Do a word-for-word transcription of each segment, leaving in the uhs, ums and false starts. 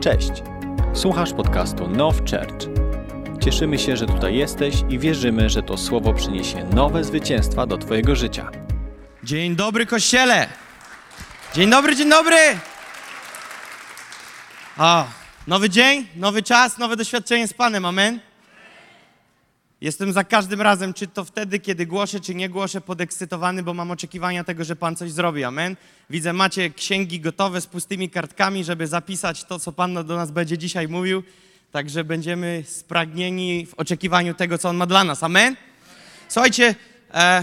Cześć! Słuchasz podcastu Now Church. Cieszymy się, że tutaj jesteś i wierzymy, że to słowo przyniesie nowe zwycięstwa do Twojego życia. Dzień dobry, Kościele! Dzień dobry, dzień dobry! O, nowy dzień, nowy czas, nowe doświadczenie z Panem, amen? Jestem za każdym razem, czy to wtedy, kiedy głoszę, czy nie głoszę, podekscytowany, bo mam oczekiwania tego, że Pan coś zrobi, amen? Widzę, macie księgi gotowe z pustymi kartkami, żeby zapisać to, co Pan do nas będzie dzisiaj mówił, także będziemy spragnieni w oczekiwaniu tego, co On ma dla nas, amen? Słuchajcie, e,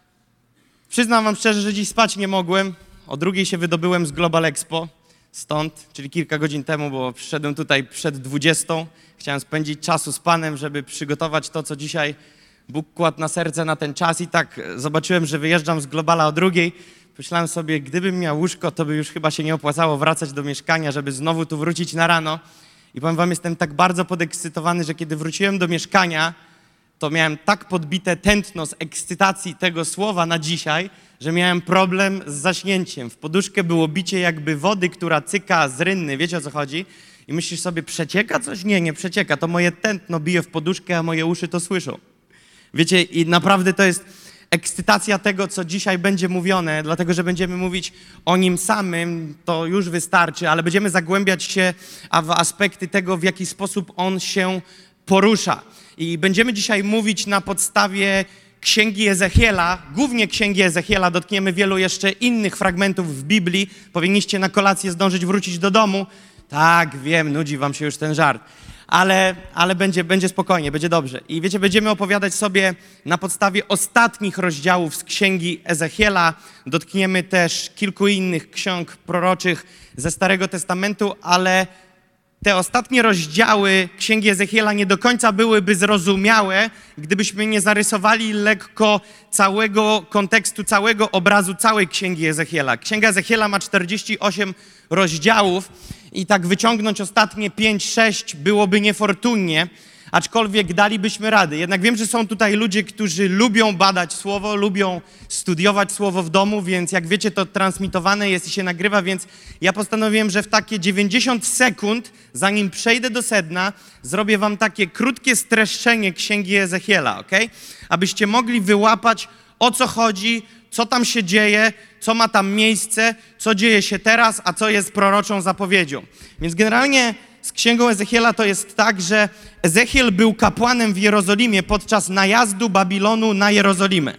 przyznam wam szczerze, że dziś spać nie mogłem, o drugiej się wydobyłem z Global Expo, stąd, czyli kilka godzin temu, bo przyszedłem tutaj przed dwudziestą. Chciałem spędzić czasu z Panem, żeby przygotować to, co dzisiaj Bóg kładł na serce na ten czas. I tak zobaczyłem, że wyjeżdżam z Globala o drugiej. Myślałem sobie, gdybym miał łóżko, to by już chyba się nie opłacało wracać do mieszkania, żeby znowu tu wrócić na rano. I powiem wam, jestem tak bardzo podekscytowany, że kiedy wróciłem do mieszkania, to miałem tak podbite tętno z ekscytacji tego słowa na dzisiaj, że miałem problem z zaśnięciem. W poduszkę było bicie jakby wody, która cyka z rynny. Wiecie, o co chodzi? I myślisz sobie, przecieka coś? Nie, nie przecieka. To moje tętno bije w poduszkę, a moje uszy to słyszą. Wiecie, i naprawdę to jest ekscytacja tego, co dzisiaj będzie mówione, dlatego, że będziemy mówić o Nim samym, to już wystarczy, ale będziemy zagłębiać się w aspekty tego, w jaki sposób On się porusza. I będziemy dzisiaj mówić na podstawie Księgi Ezechiela, głównie Księgi Ezechiela, dotkniemy wielu jeszcze innych fragmentów w Biblii. Powinniście na kolację zdążyć wrócić do domu. Tak, wiem, nudzi wam się już ten żart, ale, ale będzie, będzie spokojnie, będzie dobrze. I wiecie, będziemy opowiadać sobie na podstawie ostatnich rozdziałów z Księgi Ezechiela. Dotkniemy też kilku innych ksiąg proroczych ze Starego Testamentu, ale te ostatnie rozdziały Księgi Ezechiela nie do końca byłyby zrozumiałe, gdybyśmy nie zarysowali lekko całego kontekstu, całego obrazu całej Księgi Ezechiela. Księga Ezechiela ma czterdzieści osiem rozdziałów i tak wyciągnąć ostatnie pięć sześć byłoby niefortunnie, aczkolwiek dalibyśmy rady. Jednak wiem, że są tutaj ludzie, którzy lubią badać Słowo, lubią studiować Słowo w domu, więc jak wiecie, to transmitowane jest i się nagrywa, więc ja postanowiłem, że w takie dziewięćdziesiąt sekund, zanim przejdę do sedna, zrobię wam takie krótkie streszczenie Księgi Ezechiela, ok? Abyście mogli wyłapać, o co chodzi, co tam się dzieje, co ma tam miejsce, co dzieje się teraz, a co jest proroczą zapowiedzią. Więc generalnie z Księgą Ezechiela to jest tak, że Ezechiel był kapłanem w Jerozolimie podczas najazdu Babilonu na Jerozolimę.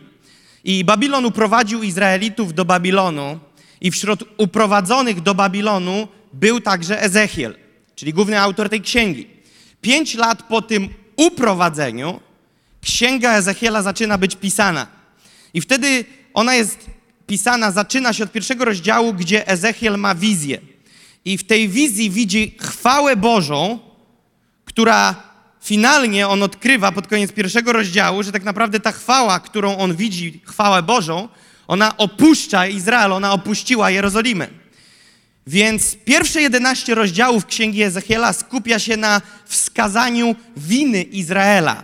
I Babilon uprowadził Izraelitów do Babilonu i wśród uprowadzonych do Babilonu był także Ezechiel, czyli główny autor tej księgi. Pięć lat po tym uprowadzeniu Księga Ezechiela zaczyna być pisana. I wtedy ona jest pisana, zaczyna się od pierwszego rozdziału, gdzie Ezechiel ma wizję. I w tej wizji widzi chwałę Bożą, która finalnie on odkrywa pod koniec pierwszego rozdziału, że tak naprawdę ta chwała, którą on widzi, chwałę Bożą, ona opuszcza Izrael, ona opuściła Jerozolimę. Więc pierwsze jedenaście rozdziałów Księgi Ezechiela skupia się na wskazaniu winy Izraela.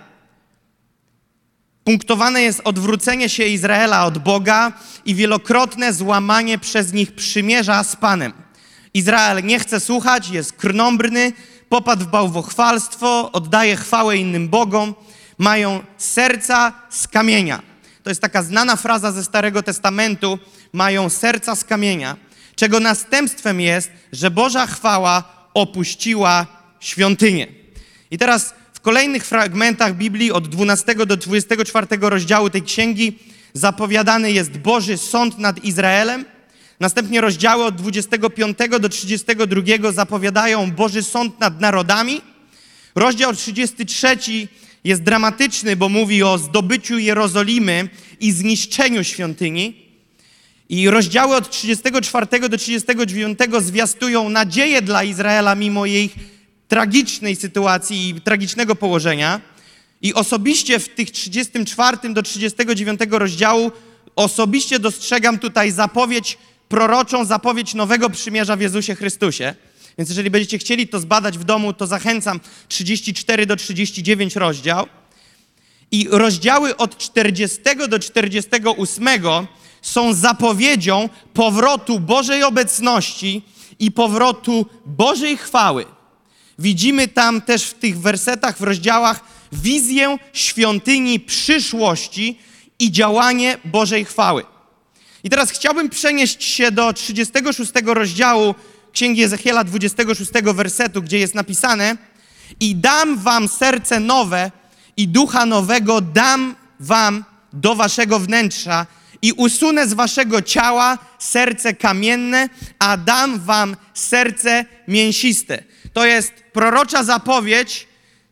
Punktowane jest odwrócenie się Izraela od Boga i wielokrotne złamanie przez nich przymierza z Panem. Izrael nie chce słuchać, jest krnąbrny, popadł w bałwochwalstwo, oddaje chwałę innym bogom, mają serca z kamienia. To jest taka znana fraza ze Starego Testamentu, mają serca z kamienia, czego następstwem jest, że Boża chwała opuściła świątynię. I teraz w kolejnych fragmentach Biblii od dwunastego do dwudziestego czwartego rozdziału tej księgi zapowiadany jest Boży sąd nad Izraelem. Następnie rozdziały od dwudziestego piątego do trzydziestego drugiego zapowiadają Boży sąd nad narodami. Rozdział trzydziesty trzeci jest dramatyczny, bo mówi o zdobyciu Jerozolimy i zniszczeniu świątyni. I rozdziały od trzydziestego czwartego do trzydziestego dziewiątego zwiastują nadzieję dla Izraela mimo jej tragicznej sytuacji i tragicznego położenia. I osobiście w tych trzydziestym czwartym do trzydziestego dziewiątego rozdziału osobiście dostrzegam tutaj zapowiedź proroczą, zapowiedź nowego przymierza w Jezusie Chrystusie. Więc jeżeli będziecie chcieli to zbadać w domu, to zachęcam trzydziesty czwarty do trzydziestego dziewiątego rozdział. I rozdziały od czterdziestego do czterdziestego ósmego są zapowiedzią powrotu Bożej obecności i powrotu Bożej chwały. widzimy tam też w tych wersetach, w rozdziałach wizję świątyni przyszłości i działanie Bożej chwały. I teraz chciałbym przenieść się do trzydziestego szóstego rozdziału Księgi Ezechiela, dwudziestego szóstego wersetu, gdzie jest napisane: i dam wam serce nowe i ducha nowego dam wam do waszego wnętrza i usunę z waszego ciała serce kamienne, a dam wam serce mięsiste. To jest prorocza zapowiedź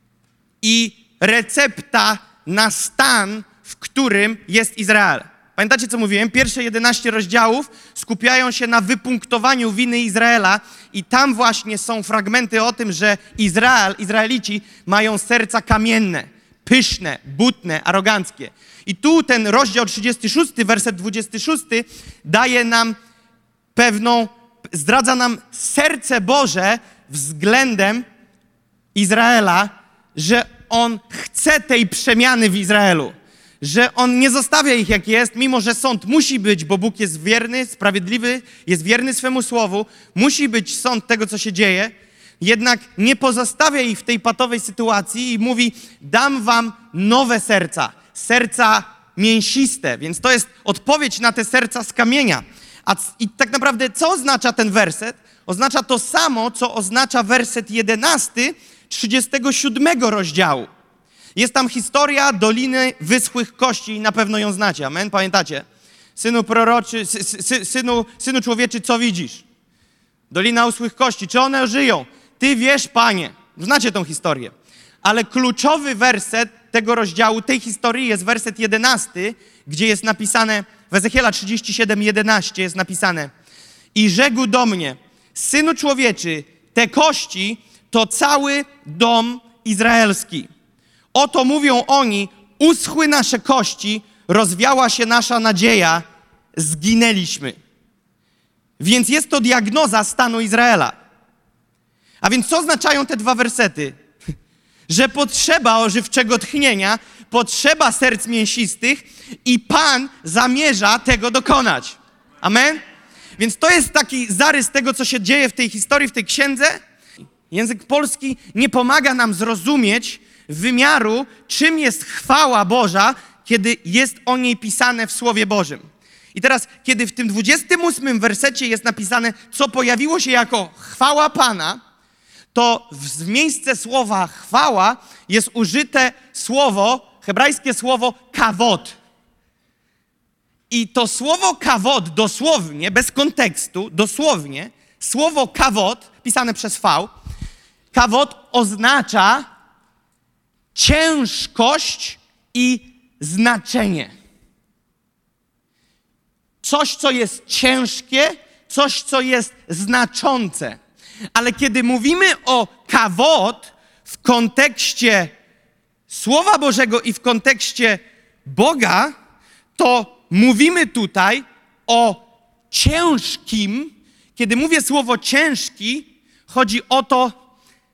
i recepta na stan, w którym jest Izrael. Pamiętacie, co mówiłem? Pierwsze jedenaście rozdziałów skupiają się na wypunktowaniu winy Izraela i tam właśnie są fragmenty o tym, że Izrael, Izraelici mają serca kamienne, pyszne, butne, aroganckie. I tu ten rozdział trzydziesty szósty, werset dwudziesty szósty daje nam pewną, zdradza nam serce Boże względem Izraela, że On chce tej przemiany w Izraelu. Że On nie zostawia ich jak jest, mimo że sąd musi być, bo Bóg jest wierny, sprawiedliwy, jest wierny swemu słowu, musi być sąd tego, co się dzieje, jednak nie pozostawia ich w tej patowej sytuacji i mówi: dam wam nowe serca, serca mięsiste, więc to jest odpowiedź na te serca z kamienia. A i tak naprawdę co oznacza ten werset? Oznacza to samo, co oznacza werset jedenasty trzydziestego siódmego rozdziału. Jest tam historia Doliny Wyschłych Kości i na pewno ją znacie, amen? Pamiętacie? Synu proroczy, sy, sy, synu, synu człowieczy, co widzisz? Dolina Uschłych Kości, czy one żyją? Ty wiesz, Panie. Znacie tą historię. Ale kluczowy werset tego rozdziału, tej historii jest werset jedenasty, gdzie jest napisane, w Ezechiela trzydzieści siedem, jedenaście jest napisane: i rzekł do mnie: synu człowieczy, te kości to cały dom izraelski. Oto mówią oni: uschły nasze kości, rozwiała się nasza nadzieja, zginęliśmy. Więc jest to diagnoza stanu Izraela. A więc co oznaczają te dwa wersety? Że potrzeba ożywczego tchnienia, potrzeba serc mięsistych i Pan zamierza tego dokonać. Amen? Więc to jest taki zarys tego, co się dzieje w tej historii, w tej księdze. Język polski nie pomaga nam zrozumieć wymiaru, czym jest chwała Boża, kiedy jest o niej pisane w Słowie Bożym. I teraz, kiedy w tym dwudziestym ósmym wersecie jest napisane, co pojawiło się jako chwała Pana, to w miejsce słowa chwała jest użyte słowo, hebrajskie słowo kawod. I to słowo kawod dosłownie, bez kontekstu, dosłownie, słowo kawod, pisane przez V, kawod oznacza ciężkość i znaczenie. Coś, co jest ciężkie, coś, co jest znaczące. Ale kiedy mówimy o kawod w kontekście Słowa Bożego i w kontekście Boga, to mówimy tutaj o ciężkim. Kiedy mówię słowo ciężki, chodzi o to,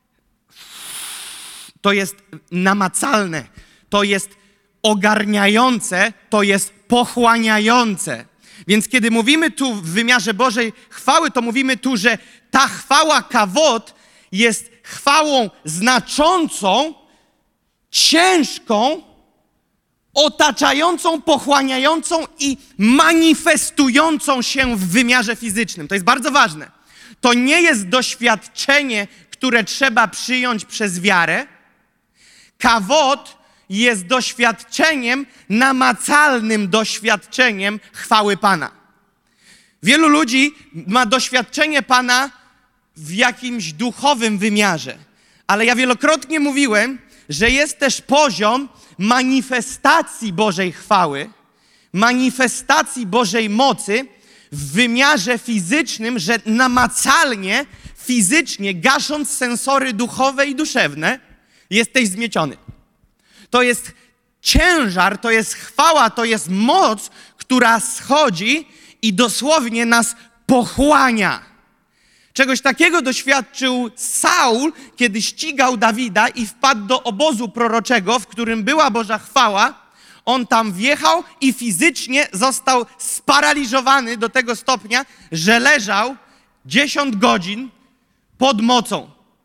to jest namacalne, to jest ogarniające, to jest pochłaniające. Więc kiedy mówimy tu w wymiarze Bożej chwały, to mówimy tu, że ta chwała kawod jest chwałą znaczącą, ciężką, otaczającą, pochłaniającą i manifestującą się w wymiarze fizycznym. To jest bardzo ważne. To nie jest doświadczenie, które trzeba przyjąć przez wiarę. Kawod jest doświadczeniem, namacalnym doświadczeniem chwały Pana. Wielu ludzi ma doświadczenie Pana w jakimś duchowym wymiarze, ale ja wielokrotnie mówiłem, że jest też poziom manifestacji Bożej chwały, manifestacji Bożej mocy w wymiarze fizycznym, że namacalnie, fizycznie, gasząc sensory duchowe i duszewne, jesteś zmieciony. To jest ciężar, to jest chwała, to jest moc, która schodzi i dosłownie nas pochłania. Czegoś takiego doświadczył Saul, kiedy ścigał Dawida i wpadł do obozu proroczego, w którym była Boża chwała. On tam wjechał i fizycznie został sparaliżowany do tego stopnia, że leżał dziesięć godzin pod mocą.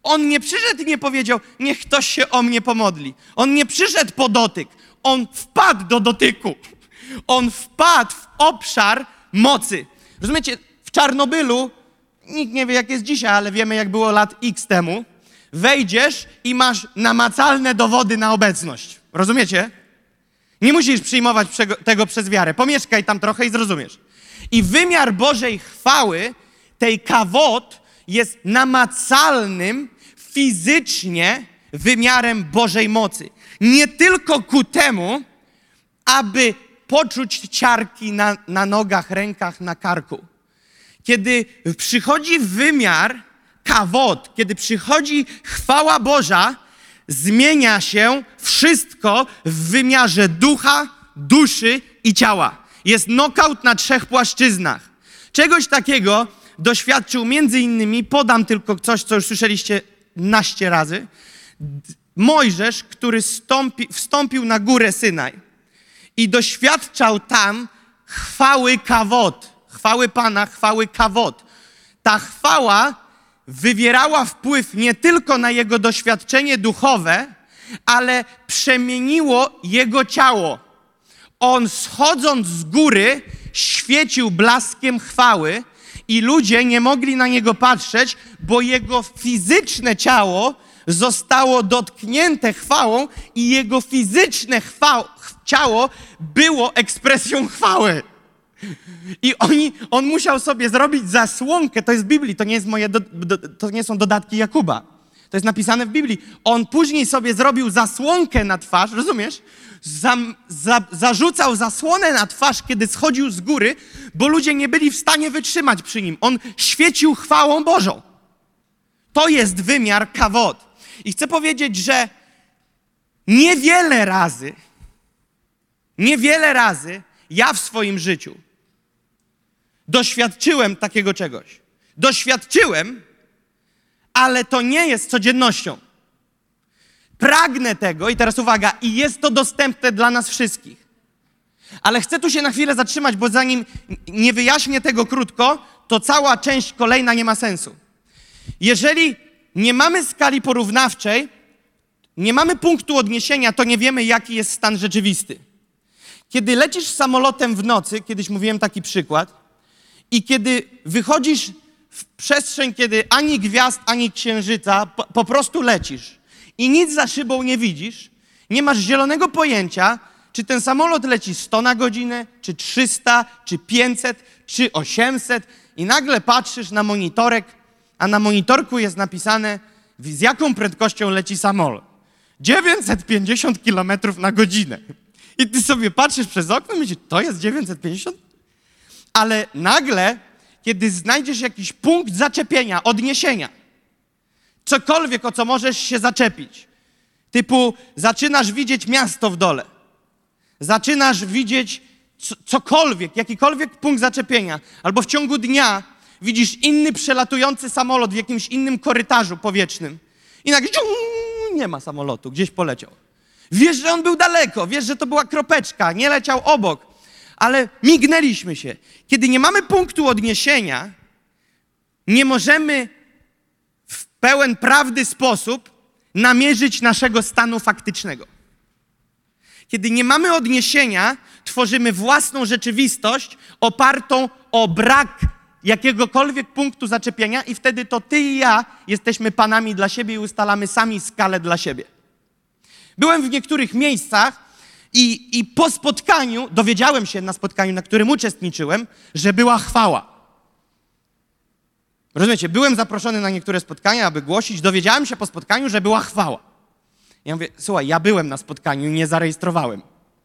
On nie przyszedł i nie powiedział, niech ktoś się o mnie pomodli. On nie przyszedł po dotyk. On wpadł do dotyku. On wpadł w obszar mocy. Rozumiecie, w Czarnobylu, nikt nie wie jak jest dzisiaj, ale wiemy jak było lat X temu, wejdziesz i masz namacalne dowody na obecność. Rozumiecie? Nie musisz przyjmować tego przez wiarę. Pomieszkaj tam trochę i zrozumiesz. I wymiar Bożej chwały, tej kawod, jest namacalnym, fizycznie wymiarem Bożej mocy. Nie tylko ku temu, aby poczuć ciarki na, na nogach, rękach, na karku. Kiedy przychodzi wymiar kawod, kiedy przychodzi chwała Boża, zmienia się wszystko w wymiarze ducha, duszy i ciała. Jest knockout na trzech płaszczyznach. Czegoś takiego doświadczył między innymi, podam tylko coś, co już słyszeliście naście razy, Mojżesz, który stąpi, wstąpił na górę Synaj i doświadczał tam chwały kawod, chwały Pana, chwały kawod. Ta chwała wywierała wpływ nie tylko na jego doświadczenie duchowe, ale przemieniło jego ciało. On schodząc z góry świecił blaskiem chwały i ludzie nie mogli na niego patrzeć, bo jego fizyczne ciało zostało dotknięte chwałą i jego fizyczne chwa- ciało było ekspresją chwały. I oni, on musiał sobie zrobić zasłonkę, to jest w Biblii, to nie, jest moje do, do, to nie są dodatki Jakuba. To jest napisane w Biblii. On później sobie zrobił zasłonkę na twarz, rozumiesz? Zam, za, zarzucał zasłonę na twarz, kiedy schodził z góry, bo ludzie nie byli w stanie wytrzymać przy nim. On świecił chwałą Bożą. To jest wymiar kawod. I chcę powiedzieć, że niewiele razy, niewiele razy ja w swoim życiu doświadczyłem takiego czegoś. Doświadczyłem, ale to nie jest codziennością. Pragnę tego i teraz uwaga, i jest to dostępne dla nas wszystkich. Ale chcę tu się na chwilę zatrzymać, bo zanim nie wyjaśnię tego krótko, to cała część kolejna nie ma sensu. Jeżeli nie mamy skali porównawczej, nie mamy punktu odniesienia, to nie wiemy, jaki jest stan rzeczywisty. Kiedy lecisz samolotem w nocy, kiedyś mówiłem taki przykład, i kiedy wychodzisz w przestrzeń, kiedy ani gwiazd, ani księżyca, po, po prostu lecisz i nic za szybą nie widzisz, nie masz zielonego pojęcia, czy ten samolot leci sto na godzinę, czy trzysta, czy pięćset, czy osiemset i nagle patrzysz na monitorek, a na monitorku jest napisane, z jaką prędkością leci samolot. dziewięćset pięćdziesiąt kilometrów na godzinę. I ty sobie patrzysz przez okno i myślisz, to jest dziewięćset pięćdziesiąt? Ale nagle, kiedy znajdziesz jakiś punkt zaczepienia, odniesienia, cokolwiek, o co możesz się zaczepić, typu zaczynasz widzieć miasto w dole, zaczynasz widzieć c- cokolwiek, jakikolwiek punkt zaczepienia, albo w ciągu dnia widzisz inny przelatujący samolot w jakimś innym korytarzu powietrznym i nagle nie ma samolotu, gdzieś poleciał. Wiesz, że on był daleko, wiesz, że to była kropeczka, nie leciał obok, ale mignęliśmy się. Kiedy nie mamy punktu odniesienia, nie możemy w pełen prawdy sposób namierzyć naszego stanu faktycznego. Kiedy nie mamy odniesienia, tworzymy własną rzeczywistość opartą o brak jakiegokolwiek punktu zaczepienia i wtedy to ty i ja jesteśmy panami dla siebie i ustalamy sami skalę dla siebie. Byłem w niektórych miejscach i, i po spotkaniu, dowiedziałem się na spotkaniu, na którym uczestniczyłem, że była chwała. Rozumiecie, byłem zaproszony na niektóre spotkania, aby głosić, dowiedziałem się po spotkaniu, że była chwała. Ja mówię, słuchaj, ja byłem na spotkaniu i nie zarejestrowałem.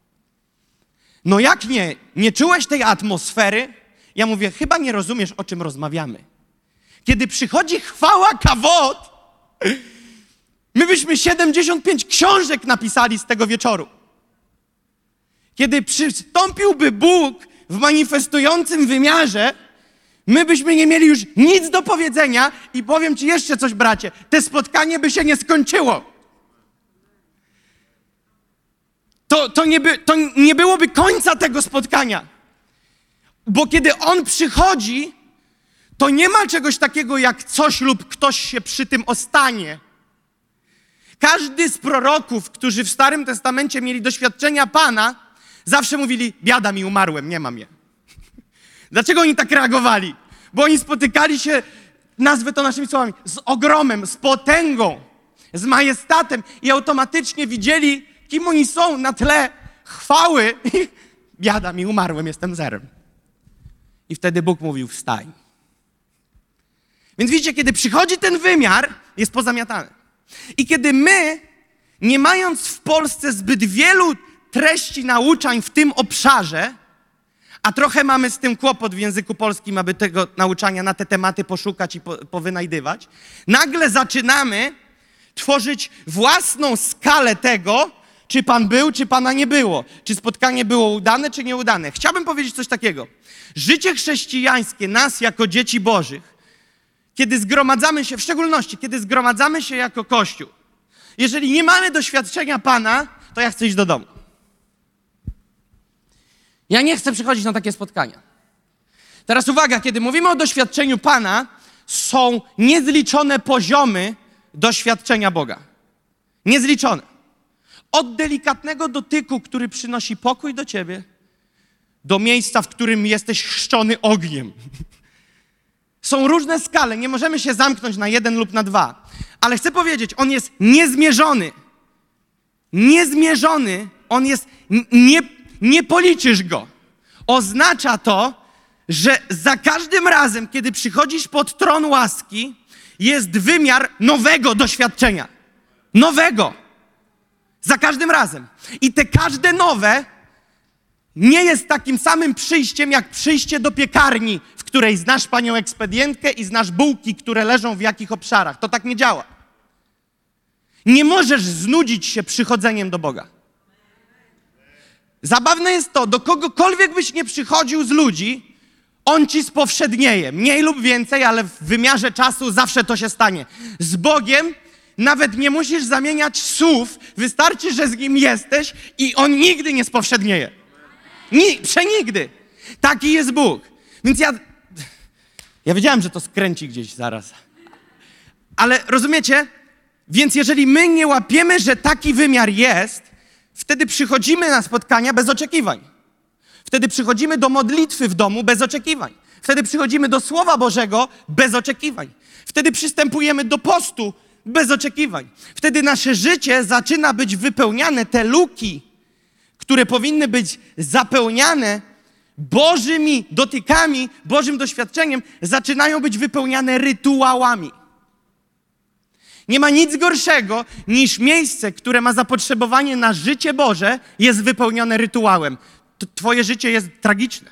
No jak nie? Nie czułeś tej atmosfery? Ja mówię, chyba nie rozumiesz, o czym rozmawiamy. Kiedy przychodzi chwała kawod, my byśmy siedemdziesiąt pięć książek napisali z tego wieczoru. Kiedy przystąpiłby Bóg w manifestującym wymiarze, my byśmy nie mieli już nic do powiedzenia i powiem ci jeszcze coś, bracie, te spotkanie by się nie skończyło. To, to, nie, by, to nie byłoby końca tego spotkania. Bo kiedy On przychodzi, to nie ma czegoś takiego jak coś lub ktoś się przy tym ostanie. Każdy z proroków, którzy w Starym Testamencie mieli doświadczenia Pana, zawsze mówili, biada mi, umarłem, nie mam je. Dlaczego oni tak reagowali? Bo oni spotykali się, nazwę to naszymi słowami, z ogromem, z potęgą, z majestatem i automatycznie widzieli, kim oni są na tle chwały. Biada mi, umarłem, jestem zerem. I wtedy Bóg mówił, wstań. Więc widzicie, kiedy przychodzi ten wymiar, jest pozamiatany. I kiedy my, nie mając w Polsce zbyt wielu treści nauczań w tym obszarze, a trochę mamy z tym kłopot w języku polskim, aby tego nauczania na te tematy poszukać i po, powynajdywać, nagle zaczynamy tworzyć własną skalę tego, czy Pan był, czy Pana nie było. Czy spotkanie było udane, czy nieudane. Chciałbym powiedzieć coś takiego. Życie chrześcijańskie nas jako dzieci Bożych, kiedy zgromadzamy się, w szczególności kiedy zgromadzamy się jako Kościół, jeżeli nie mamy doświadczenia Pana, to ja chcę iść do domu. Ja nie chcę przychodzić na takie spotkania. Teraz uwaga, kiedy mówimy o doświadczeniu Pana, są niezliczone poziomy doświadczenia Boga. Niezliczone. Od delikatnego dotyku, który przynosi pokój do ciebie, do miejsca, w którym jesteś chrzczony ogniem. Są różne skale, nie możemy się zamknąć na jeden lub na dwa. Ale chcę powiedzieć, on jest niezmierzony. Niezmierzony, on jest, nie, nie policzysz go. Oznacza to, że za każdym razem, kiedy przychodzisz pod tron łaski, jest wymiar nowego doświadczenia. Nowego. Za każdym razem. I te każde nowe nie jest takim samym przyjściem, jak przyjście do piekarni, w której znasz panią ekspedientkę i znasz bułki, które leżą w jakich obszarach. To tak nie działa. Nie możesz znudzić się przychodzeniem do Boga. Zabawne jest to, do kogokolwiek byś nie przychodził z ludzi, on ci spowszednieje. Mniej lub więcej, ale w wymiarze czasu zawsze to się stanie. Z Bogiem nawet nie musisz zamieniać słów, wystarczy, że z Nim jesteś i On nigdy nie spowszednieje. Ni- przenigdy. Taki jest Bóg. Więc ja... Ja wiedziałem, że to skręci gdzieś zaraz. Ale rozumiecie? Więc jeżeli my nie łapiemy, że taki wymiar jest, wtedy przychodzimy na spotkania bez oczekiwań. Wtedy przychodzimy do modlitwy w domu bez oczekiwań. Wtedy przychodzimy do Słowa Bożego bez oczekiwań. Wtedy przystępujemy do postu bez oczekiwań. Wtedy nasze życie zaczyna być wypełniane, te luki, które powinny być zapełniane Bożymi dotykami, Bożym doświadczeniem, zaczynają być wypełniane rytuałami. Nie ma nic gorszego niż miejsce, które ma zapotrzebowanie na życie Boże, jest wypełnione rytuałem. Twoje życie jest tragiczne.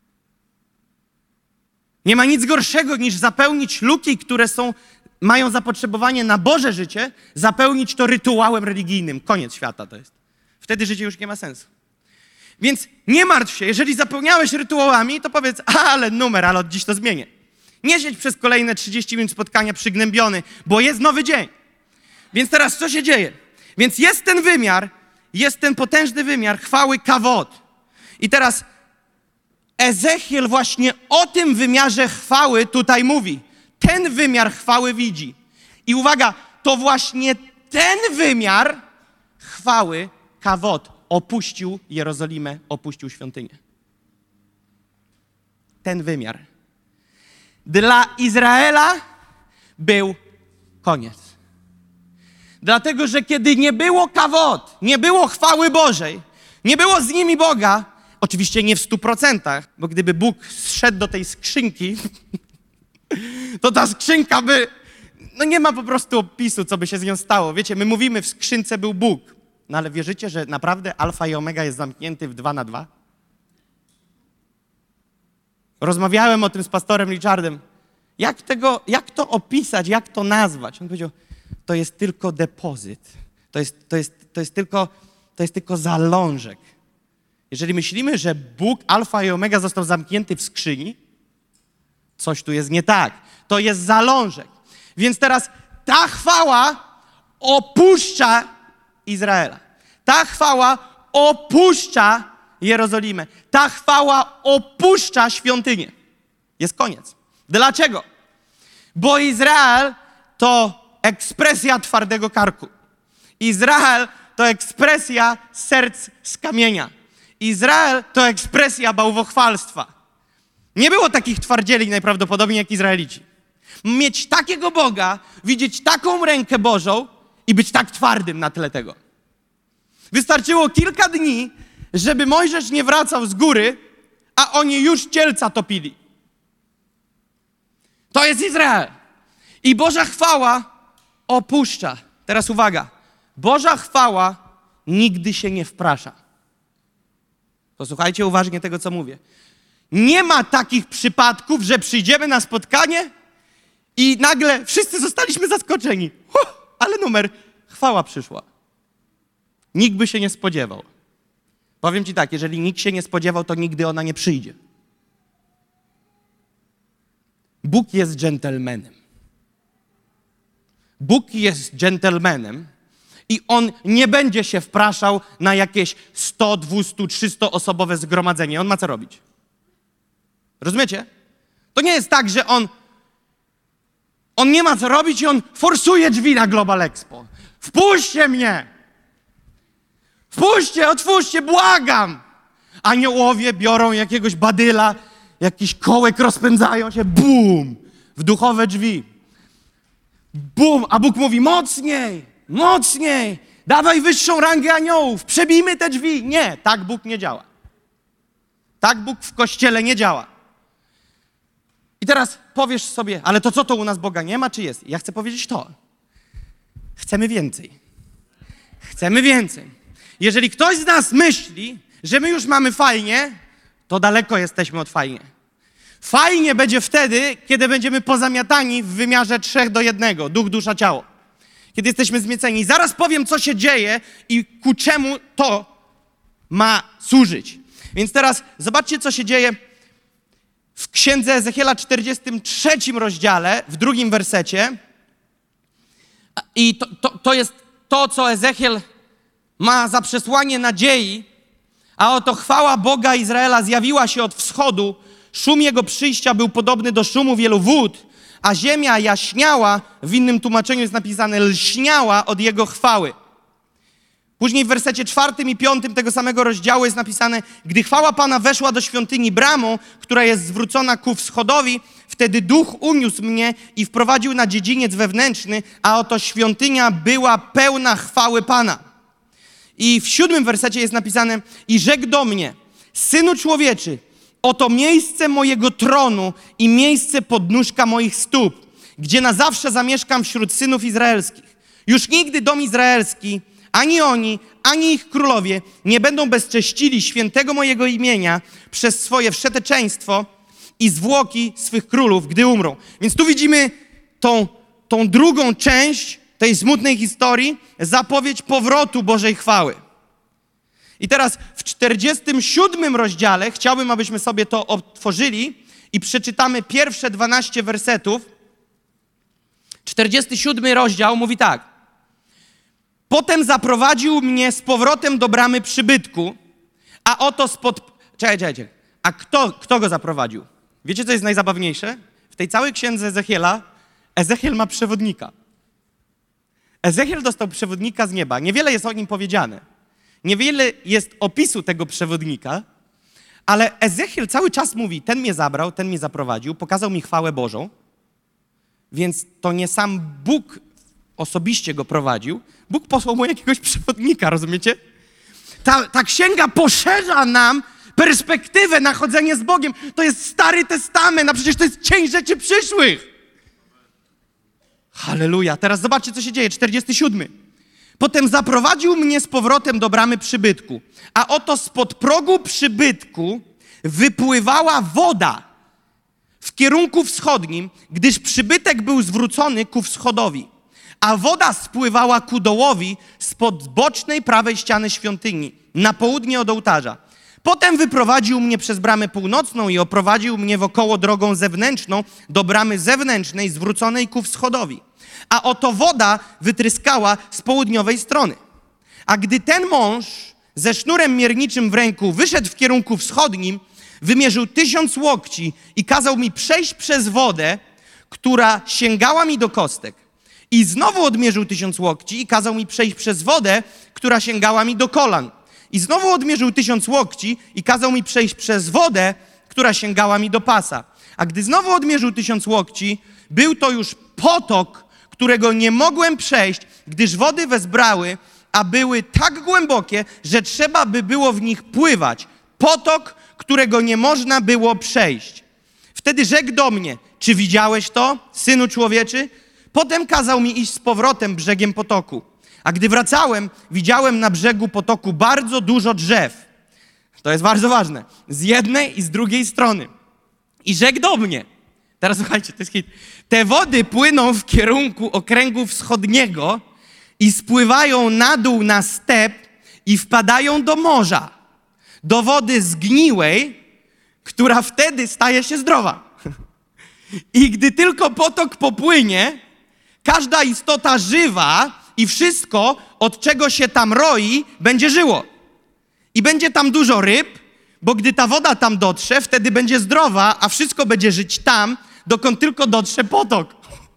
Nie ma nic gorszego niż zapełnić luki, które są, mają zapotrzebowanie na Boże życie, zapełnić to rytuałem religijnym. Koniec świata to jest. Wtedy życie już nie ma sensu. Więc nie martw się, jeżeli zapełniałeś rytuałami, to powiedz, ale numer, ale od dziś to zmienię. Nie siedź przez kolejne trzydzieści minut spotkania przygnębiony, bo jest nowy dzień. Więc teraz co się dzieje? Więc jest ten wymiar, jest ten potężny wymiar chwały kawod. I teraz Ezechiel właśnie o tym wymiarze chwały tutaj mówi. Ten wymiar chwały widzi. I uwaga, to właśnie ten wymiar chwały kawod opuścił Jerozolimę, opuścił świątynię. Ten wymiar. Dla Izraela był koniec. Dlatego, że kiedy nie było kawod, nie było chwały Bożej, nie było z nimi Boga, oczywiście nie w stu procentach, bo gdyby Bóg zszedł do tej skrzynki, to ta skrzynka by... No nie ma po prostu opisu, co by się z nią stało. Wiecie, my mówimy, w skrzynce był Bóg. No ale wierzycie, że naprawdę alfa i omega jest zamknięty w dwa na dwa? Rozmawiałem o tym z pastorem Richardem. Jak, tego, jak to opisać, jak to nazwać? On powiedział, to jest tylko depozyt. To jest, to jest, to jest, tylko, to jest tylko zalążek. Jeżeli myślimy, że Bóg alfa i omega został zamknięty w skrzyni, coś tu jest nie tak. To jest zalążek. Więc teraz ta chwała opuszcza Izraela. Ta chwała opuszcza Jerozolimę. Ta chwała opuszcza świątynię. Jest koniec. Dlaczego? Bo Izrael to ekspresja twardego karku. Izrael to ekspresja serc z kamienia. Izrael to ekspresja bałwochwalstwa. Nie było takich twardzieli najprawdopodobniej jak Izraelici. Mieć takiego Boga, widzieć taką rękę Bożą i być tak twardym na tle tego. Wystarczyło kilka dni, żeby Mojżesz nie wracał z góry, a oni już cielca topili. To jest Izrael. I Boża chwała opuszcza. Teraz uwaga. Boża chwała nigdy się nie wprasza. Posłuchajcie uważnie tego, co mówię. Nie ma takich przypadków, że przyjdziemy na spotkanie i nagle wszyscy zostaliśmy zaskoczeni. Huh, ale numer, chwała przyszła. Nikt by się nie spodziewał. Powiem ci tak, jeżeli nikt się nie spodziewał, to nigdy ona nie przyjdzie. Bóg jest dżentelmenem. Bóg jest dżentelmenem i On nie będzie się wpraszał na jakieś sto, dwieście, trzysta osobowe zgromadzenie. On ma co robić. Rozumiecie? To nie jest tak, że On On nie ma co robić i On forsuje drzwi na Global Expo. Wpuśćcie mnie! Wpuśćcie, otwórzcie, błagam! Aniołowie biorą jakiegoś badyla, jakiś kołek rozpędzają się, bum! W duchowe drzwi. Bum! A Bóg mówi, mocniej, mocniej! Dawaj wyższą rangę aniołów, przebijmy te drzwi. Nie, tak Bóg nie działa. Tak Bóg w Kościele nie działa. I teraz powiesz sobie, ale to co, to u nas Boga nie ma, czy jest? Ja chcę powiedzieć to. Chcemy więcej. Chcemy więcej. Jeżeli ktoś z nas myśli, że my już mamy fajnie, to daleko jesteśmy od fajnie. Fajnie będzie wtedy, kiedy będziemy pozamiatani w wymiarze trzech do jednego. Duch, dusza, ciało. Kiedy jesteśmy zmieceni. Zaraz powiem, co się dzieje i ku czemu to ma służyć. Więc teraz zobaczcie, co się dzieje w księdze Ezechiela czterdziestym trzecim rozdziale, w drugim wersecie. I to, to, to jest to, co Ezechiel ma za przesłanie nadziei, a oto chwała Boga Izraela zjawiła się od wschodu, szum Jego przyjścia był podobny do szumu wielu wód, a ziemia jaśniała, w innym tłumaczeniu jest napisane, lśniała od Jego chwały. Później w wersecie czwartym i piątym tego samego rozdziału jest napisane, gdy chwała Pana weszła do świątyni bramą, która jest zwrócona ku wschodowi, wtedy duch uniósł mnie i wprowadził na dziedziniec wewnętrzny, a oto świątynia była pełna chwały Pana. I w siódmym wersecie jest napisane, i rzekł do mnie, synu człowieczy, oto miejsce mojego tronu i miejsce podnóżka moich stóp, gdzie na zawsze zamieszkam wśród synów izraelskich. Już nigdy dom izraelski, ani oni, ani ich królowie nie będą bezcześcili świętego mojego imienia przez swoje wszeteczeństwo i zwłoki swych królów, gdy umrą. Więc tu widzimy tą, tą drugą część tej smutnej historii, zapowiedź powrotu Bożej chwały. I teraz w czterdziestym siódmym rozdziale chciałbym, abyśmy sobie to otworzyli i przeczytamy pierwsze dwanaście wersetów. czterdziesty siódmy rozdział mówi tak. Potem zaprowadził mnie z powrotem do bramy przybytku, a oto spod... Czekaj, czekaj, czekaj. A kto, kto go zaprowadził? Wiecie, co jest najzabawniejsze? W tej całej księdze Ezechiela Ezechiel ma przewodnika. Ezechiel dostał przewodnika z nieba. Niewiele jest o nim powiedziane. Niewiele jest opisu tego przewodnika, ale Ezechiel cały czas mówi, ten mnie zabrał, ten mnie zaprowadził, pokazał mi chwałę Bożą, więc to nie sam Bóg osobiście go prowadził, Bóg posłał mu jakiegoś przewodnika, rozumiecie? Ta, ta księga poszerza nam perspektywę na chodzenie z Bogiem. To jest Stary Testament, a przecież to jest cień rzeczy przyszłych. Halleluja. Teraz zobaczcie, co się dzieje. czterdziesty siódmy. Potem zaprowadził mnie z powrotem do bramy przybytku, a oto spod progu przybytku wypływała woda w kierunku wschodnim, gdyż przybytek był zwrócony ku wschodowi, a woda spływała ku dołowi spod bocznej prawej ściany świątyni, na południe od ołtarza. Potem wyprowadził mnie przez bramę północną i oprowadził mnie wokoło drogą zewnętrzną do bramy zewnętrznej zwróconej ku wschodowi. A oto woda wytryskała z południowej strony. A gdy ten mąż ze sznurem mierniczym w ręku wyszedł w kierunku wschodnim, wymierzył tysiąc łokci i kazał mi przejść przez wodę, która sięgała mi do kostek. I znowu odmierzył tysiąc łokci i kazał mi przejść przez wodę, która sięgała mi do kolan. I znowu odmierzył tysiąc łokci i kazał mi przejść przez wodę, która sięgała mi do pasa. A gdy znowu odmierzył tysiąc łokci, był to już potok, którego nie mogłem przejść, gdyż wody wezbrały, a były tak głębokie, że trzeba by było w nich pływać. Potok, którego nie można było przejść. Wtedy rzekł do mnie, czy widziałeś to, synu człowieczy? Potem kazał mi iść z powrotem brzegiem potoku. A gdy wracałem, widziałem na brzegu potoku bardzo dużo drzew. To jest bardzo ważne. Z jednej i z drugiej strony. I rzekł do mnie, teraz słuchajcie, to jest hit. Te wody płyną w kierunku okręgu wschodniego i spływają na dół na step i wpadają do morza. Do wody zgniłej, która wtedy staje się zdrowa. I gdy tylko potok popłynie, każda istota żywa i wszystko, od czego się tam roi, będzie żyło. I będzie tam dużo ryb, bo gdy ta woda tam dotrze, wtedy będzie zdrowa, a wszystko będzie żyć tam, dokąd tylko dotrze potok.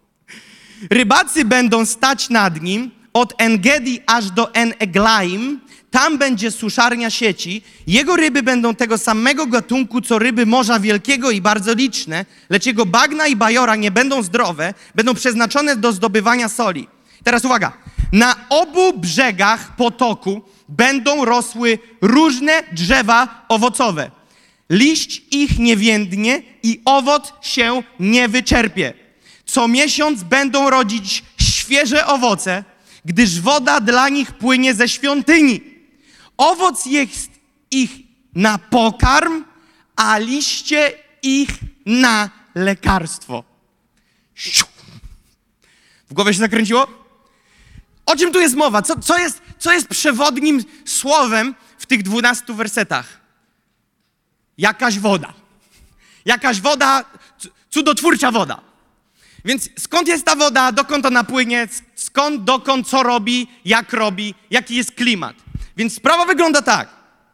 Rybacy będą stać nad nim, od En-Gedi aż do En-Eglaim, tam będzie suszarnia sieci. Jego ryby będą tego samego gatunku, co ryby Morza Wielkiego i bardzo liczne, lecz jego bagna i bajora nie będą zdrowe, będą przeznaczone do zdobywania soli. Teraz uwaga, na obu brzegach potoku będą rosły różne drzewa owocowe. Liść ich nie więdnie i owoc się nie wyczerpie. Co miesiąc będą rodzić świeże owoce, gdyż woda dla nich płynie ze świątyni. Owoc jest ich na pokarm, a liście ich na lekarstwo. W głowie się zakręciło? O czym tu jest mowa? Co, co, jest, co jest przewodnim słowem w tych dwunastu wersetach? Jakaś woda. Jakaś woda, cudotwórcza woda. Więc skąd jest ta woda, dokąd ona płynie, skąd, dokąd, co robi, jak robi, jaki jest klimat. Więc sprawa wygląda tak.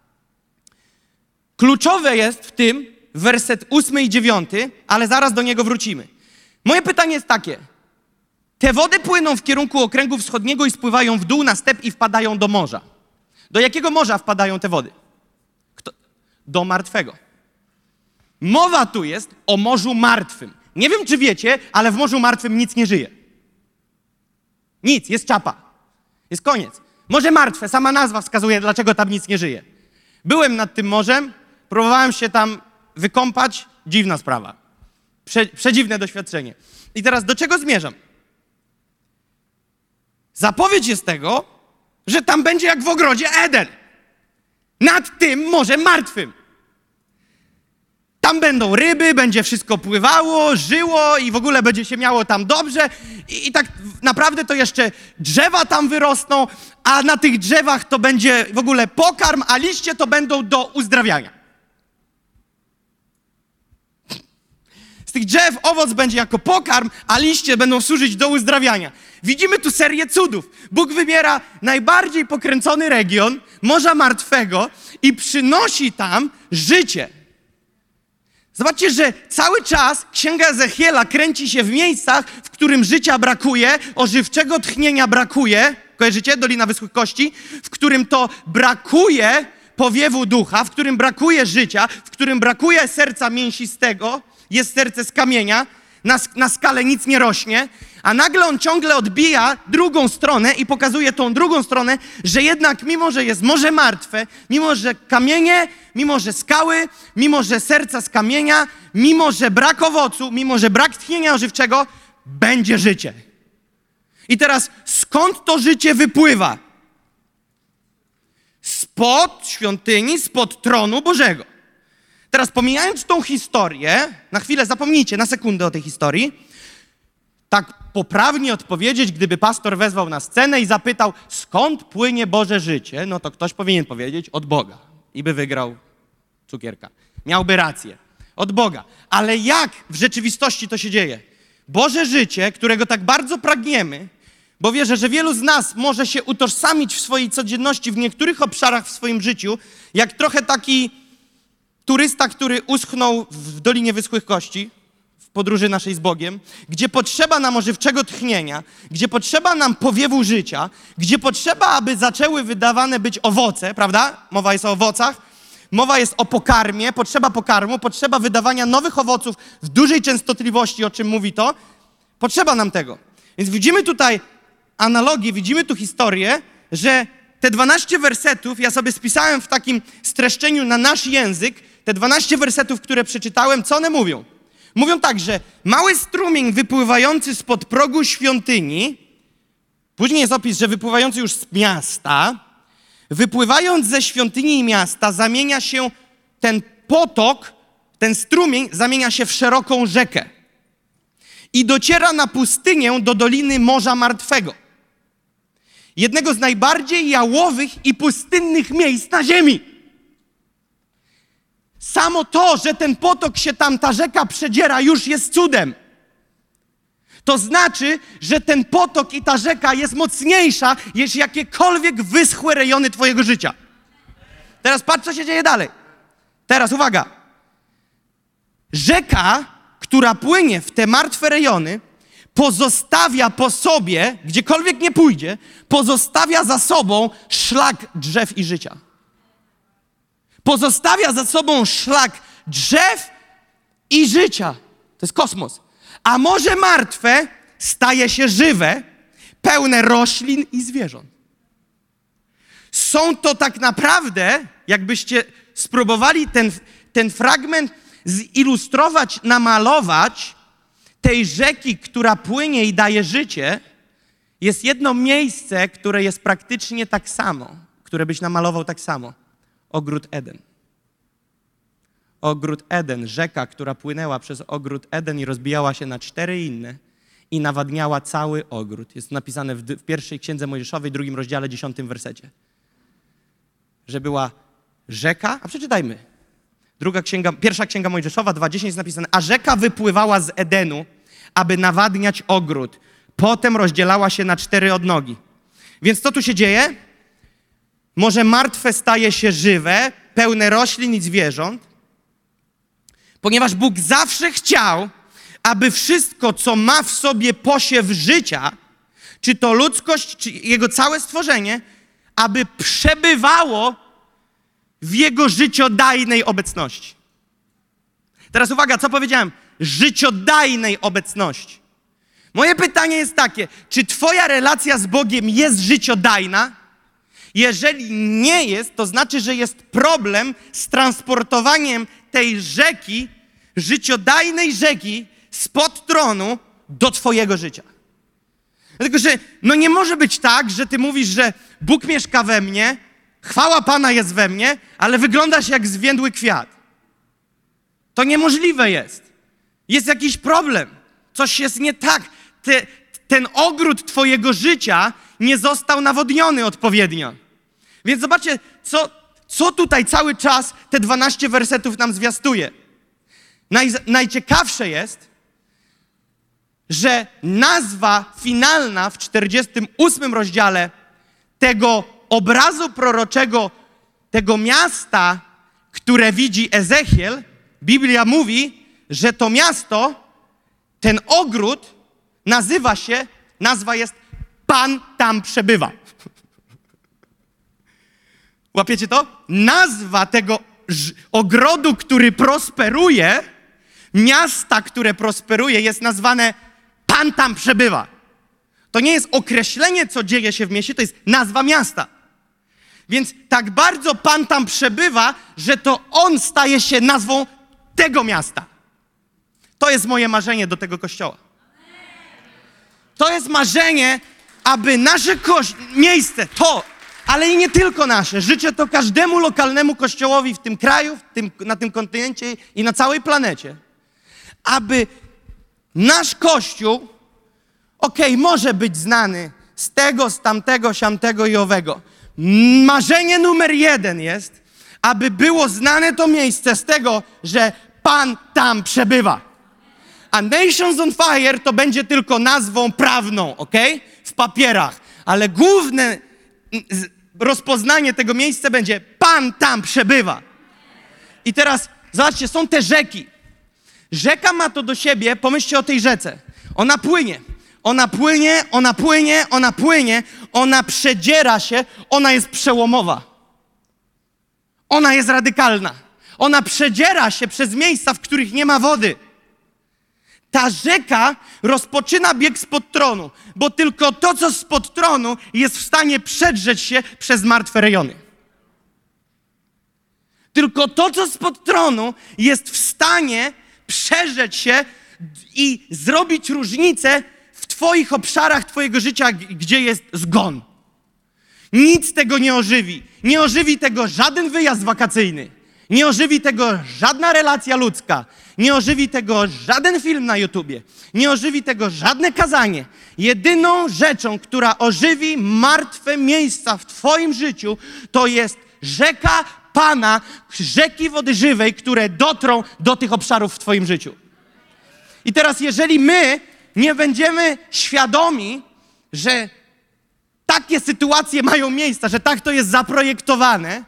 Kluczowe jest w tym werset ósmy i dziewiąty, ale zaraz do niego wrócimy. Moje pytanie jest takie. Te wody płyną w kierunku okręgu wschodniego i spływają w dół na step i wpadają do morza. Do jakiego morza wpadają te wody? Kto? Do martwego. Mowa tu jest o Morzu Martwym. Nie wiem, czy wiecie, ale w Morzu Martwym nic nie żyje. Nic, jest czapa. Jest koniec. Morze Martwe, sama nazwa wskazuje, dlaczego tam nic nie żyje. Byłem nad tym morzem, próbowałem się tam wykąpać, dziwna sprawa. Prze, przedziwne doświadczenie. I teraz do czego zmierzam? Zapowiedź jest tego, że tam będzie jak w ogrodzie Eden. Nad tym Morzem Martwym. Tam będą ryby, będzie wszystko pływało, żyło i w ogóle będzie się miało tam dobrze. I, i tak naprawdę to jeszcze drzewa tam wyrosną, a na tych drzewach to będzie w ogóle pokarm, a liście to będą do uzdrawiania. Z tych drzew owoc będzie jako pokarm, a liście będą służyć do uzdrawiania. Widzimy tu serię cudów. Bóg wybiera najbardziej pokręcony region Morza Martwego i przynosi tam życie. Zobaczcie, że cały czas Księga Ezechiela kręci się w miejscach, w którym życia brakuje, ożywczego tchnienia brakuje. Kojarzycie? Dolina Wyschłych Kości. W którym to brakuje powiewu ducha, w którym brakuje życia, w którym brakuje serca mięsistego. Jest serce z kamienia, na, na skale nic nie rośnie, a nagle on ciągle odbija drugą stronę i pokazuje tą drugą stronę, że jednak mimo, że jest Morze Martwe, mimo, że kamienie, mimo, że skały, mimo, że serca z kamienia, mimo, że brak owocu, mimo, że brak tchnienia ożywczego, będzie życie. I teraz skąd to życie wypływa? Spod świątyni, spod tronu Bożego. Teraz pomijając tą historię, na chwilę zapomnijcie, na sekundę o tej historii, tak poprawnie odpowiedzieć, gdyby pastor wezwał na scenę i zapytał, skąd płynie Boże życie, no to ktoś powinien powiedzieć, od Boga. I by wygrał cukierka. Miałby rację. Od Boga. Ale jak w rzeczywistości to się dzieje? Boże życie, którego tak bardzo pragniemy, bo wierzę, że wielu z nas może się utożsamić w swojej codzienności, w niektórych obszarach w swoim życiu, jak trochę taki turysta, który uschnął w Dolinie Wyschłych Kości, w podróży naszej z Bogiem, gdzie potrzeba nam ożywczego tchnienia, gdzie potrzeba nam powiewu życia, gdzie potrzeba, aby zaczęły wydawane być owoce, prawda? Mowa jest o owocach, mowa jest o pokarmie, potrzeba pokarmu, potrzeba wydawania nowych owoców w dużej częstotliwości, o czym mówi to. Potrzeba nam tego. Więc widzimy tutaj analogię, widzimy tu historię, że te dwanaście wersetów, ja sobie spisałem w takim streszczeniu na nasz język, te dwanaście wersetów, które przeczytałem, co one mówią? Mówią tak, że mały strumień wypływający spod progu świątyni, później jest opis, że wypływający już z miasta, wypływając ze świątyni i miasta, zamienia się ten potok, ten strumień zamienia się w szeroką rzekę i dociera na pustynię do Doliny Morza Martwego. Jednego z najbardziej jałowych i pustynnych miejsc na ziemi. Samo to, że ten potok się tam, ta rzeka przedziera, już jest cudem. To znaczy, że ten potok i ta rzeka jest mocniejsza niż jakiekolwiek wyschłe rejony twojego życia. Teraz patrz, co się dzieje dalej. Teraz uwaga. Rzeka, która płynie w te martwe rejony, pozostawia po sobie, gdziekolwiek nie pójdzie, pozostawia za sobą szlak drzew i życia. Pozostawia za sobą szlak drzew i życia. To jest kosmos. A morze martwe staje się żywe, pełne roślin i zwierząt. Są to tak naprawdę, jakbyście spróbowali ten, ten fragment zilustrować, namalować, tej rzeki, która płynie i daje życie, jest jedno miejsce, które jest praktycznie tak samo, które byś namalował tak samo. Ogród Eden. Ogród Eden, rzeka, która płynęła przez ogród Eden i rozbijała się na cztery inne i nawadniała cały ogród. Jest napisane w, w pierwszej księdze Mojżeszowej, drugim rozdziale, dziesiątym wersecie. Że była rzeka, a przeczytajmy. Druga księga, pierwsza księga Mojżeszowa, dwa dziesięć jest napisane, a rzeka wypływała z Edenu, aby nawadniać ogród. Potem rozdzielała się na cztery odnogi. Więc co tu się dzieje? Morze martwe staje się żywe, pełne roślin i zwierząt, ponieważ Bóg zawsze chciał, aby wszystko, co ma w sobie posiew życia, czy to ludzkość, czy Jego całe stworzenie, aby przebywało w Jego życiodajnej obecności. Teraz uwaga, co powiedziałem? Życiodajnej obecności. Moje pytanie jest takie, czy twoja relacja z Bogiem jest życiodajna? Jeżeli nie jest, to znaczy, że jest problem z transportowaniem tej rzeki, życiodajnej rzeki spod tronu do twojego życia. Dlatego, że no nie może być tak, że ty mówisz, że Bóg mieszka we mnie, chwała Pana jest we mnie, ale wyglądasz jak zwiędły kwiat. To niemożliwe jest. Jest jakiś problem. Coś jest nie tak. Te, ten ogród twojego życia nie został nawodniony odpowiednio. Więc zobaczcie, co, co tutaj cały czas te dwanaście wersetów nam zwiastuje. Naj, najciekawsze jest, że nazwa finalna w czterdziestym ósmym rozdziale tego obrazu proroczego, tego miasta, które widzi Ezechiel, Biblia mówi, że to miasto, ten ogród nazywa się, nazwa jest Pan tam przebywa. Łapiecie to? Nazwa tego ogrodu, który prosperuje, miasta, które prosperuje, jest nazwane Pan tam przebywa. To nie jest określenie, co dzieje się w mieście, to jest nazwa miasta. Więc tak bardzo Pan tam przebywa, że to On staje się nazwą tego miasta. To jest moje marzenie do tego kościoła. To jest marzenie, aby nasze kości- miejsce, to, ale i nie tylko nasze, życzę to każdemu lokalnemu kościołowi w tym kraju, w tym, na tym kontynencie i na całej planecie, aby nasz Kościół, okej, okay, może być znany z tego, z tamtego, siamtego i owego. Marzenie numer jeden jest, aby było znane to miejsce z tego, że Pan tam przebywa. A Nations on Fire to będzie tylko nazwą prawną, okej? Okay? W papierach. Ale główne rozpoznanie tego miejsca będzie Pan tam przebywa. I teraz, zobaczcie, są te rzeki. Rzeka ma to do siebie, pomyślcie o tej rzece. Ona płynie, ona płynie, ona płynie, ona płynie, ona przedziera się, ona jest przełomowa. Ona jest radykalna. Ona przedziera się przez miejsca, w których nie ma wody. Ta rzeka rozpoczyna bieg spod tronu, bo tylko to, co spod tronu, jest w stanie przedrzeć się przez martwe rejony. Tylko to, co spod tronu, jest w stanie przerzeć się i zrobić różnicę w twoich obszarach twojego życia, gdzie jest zgon. Nic tego nie ożywi. Nie ożywi tego żaden wyjazd wakacyjny. Nie ożywi tego żadna relacja ludzka. Nie ożywi tego żaden film na YouTubie. Nie ożywi tego żadne kazanie. Jedyną rzeczą, która ożywi martwe miejsca w twoim życiu, to jest rzeka Pana, rzeki wody żywej, które dotrą do tych obszarów w twoim życiu. I teraz, jeżeli my nie będziemy świadomi, że takie sytuacje mają miejsce, że tak to jest zaprojektowane,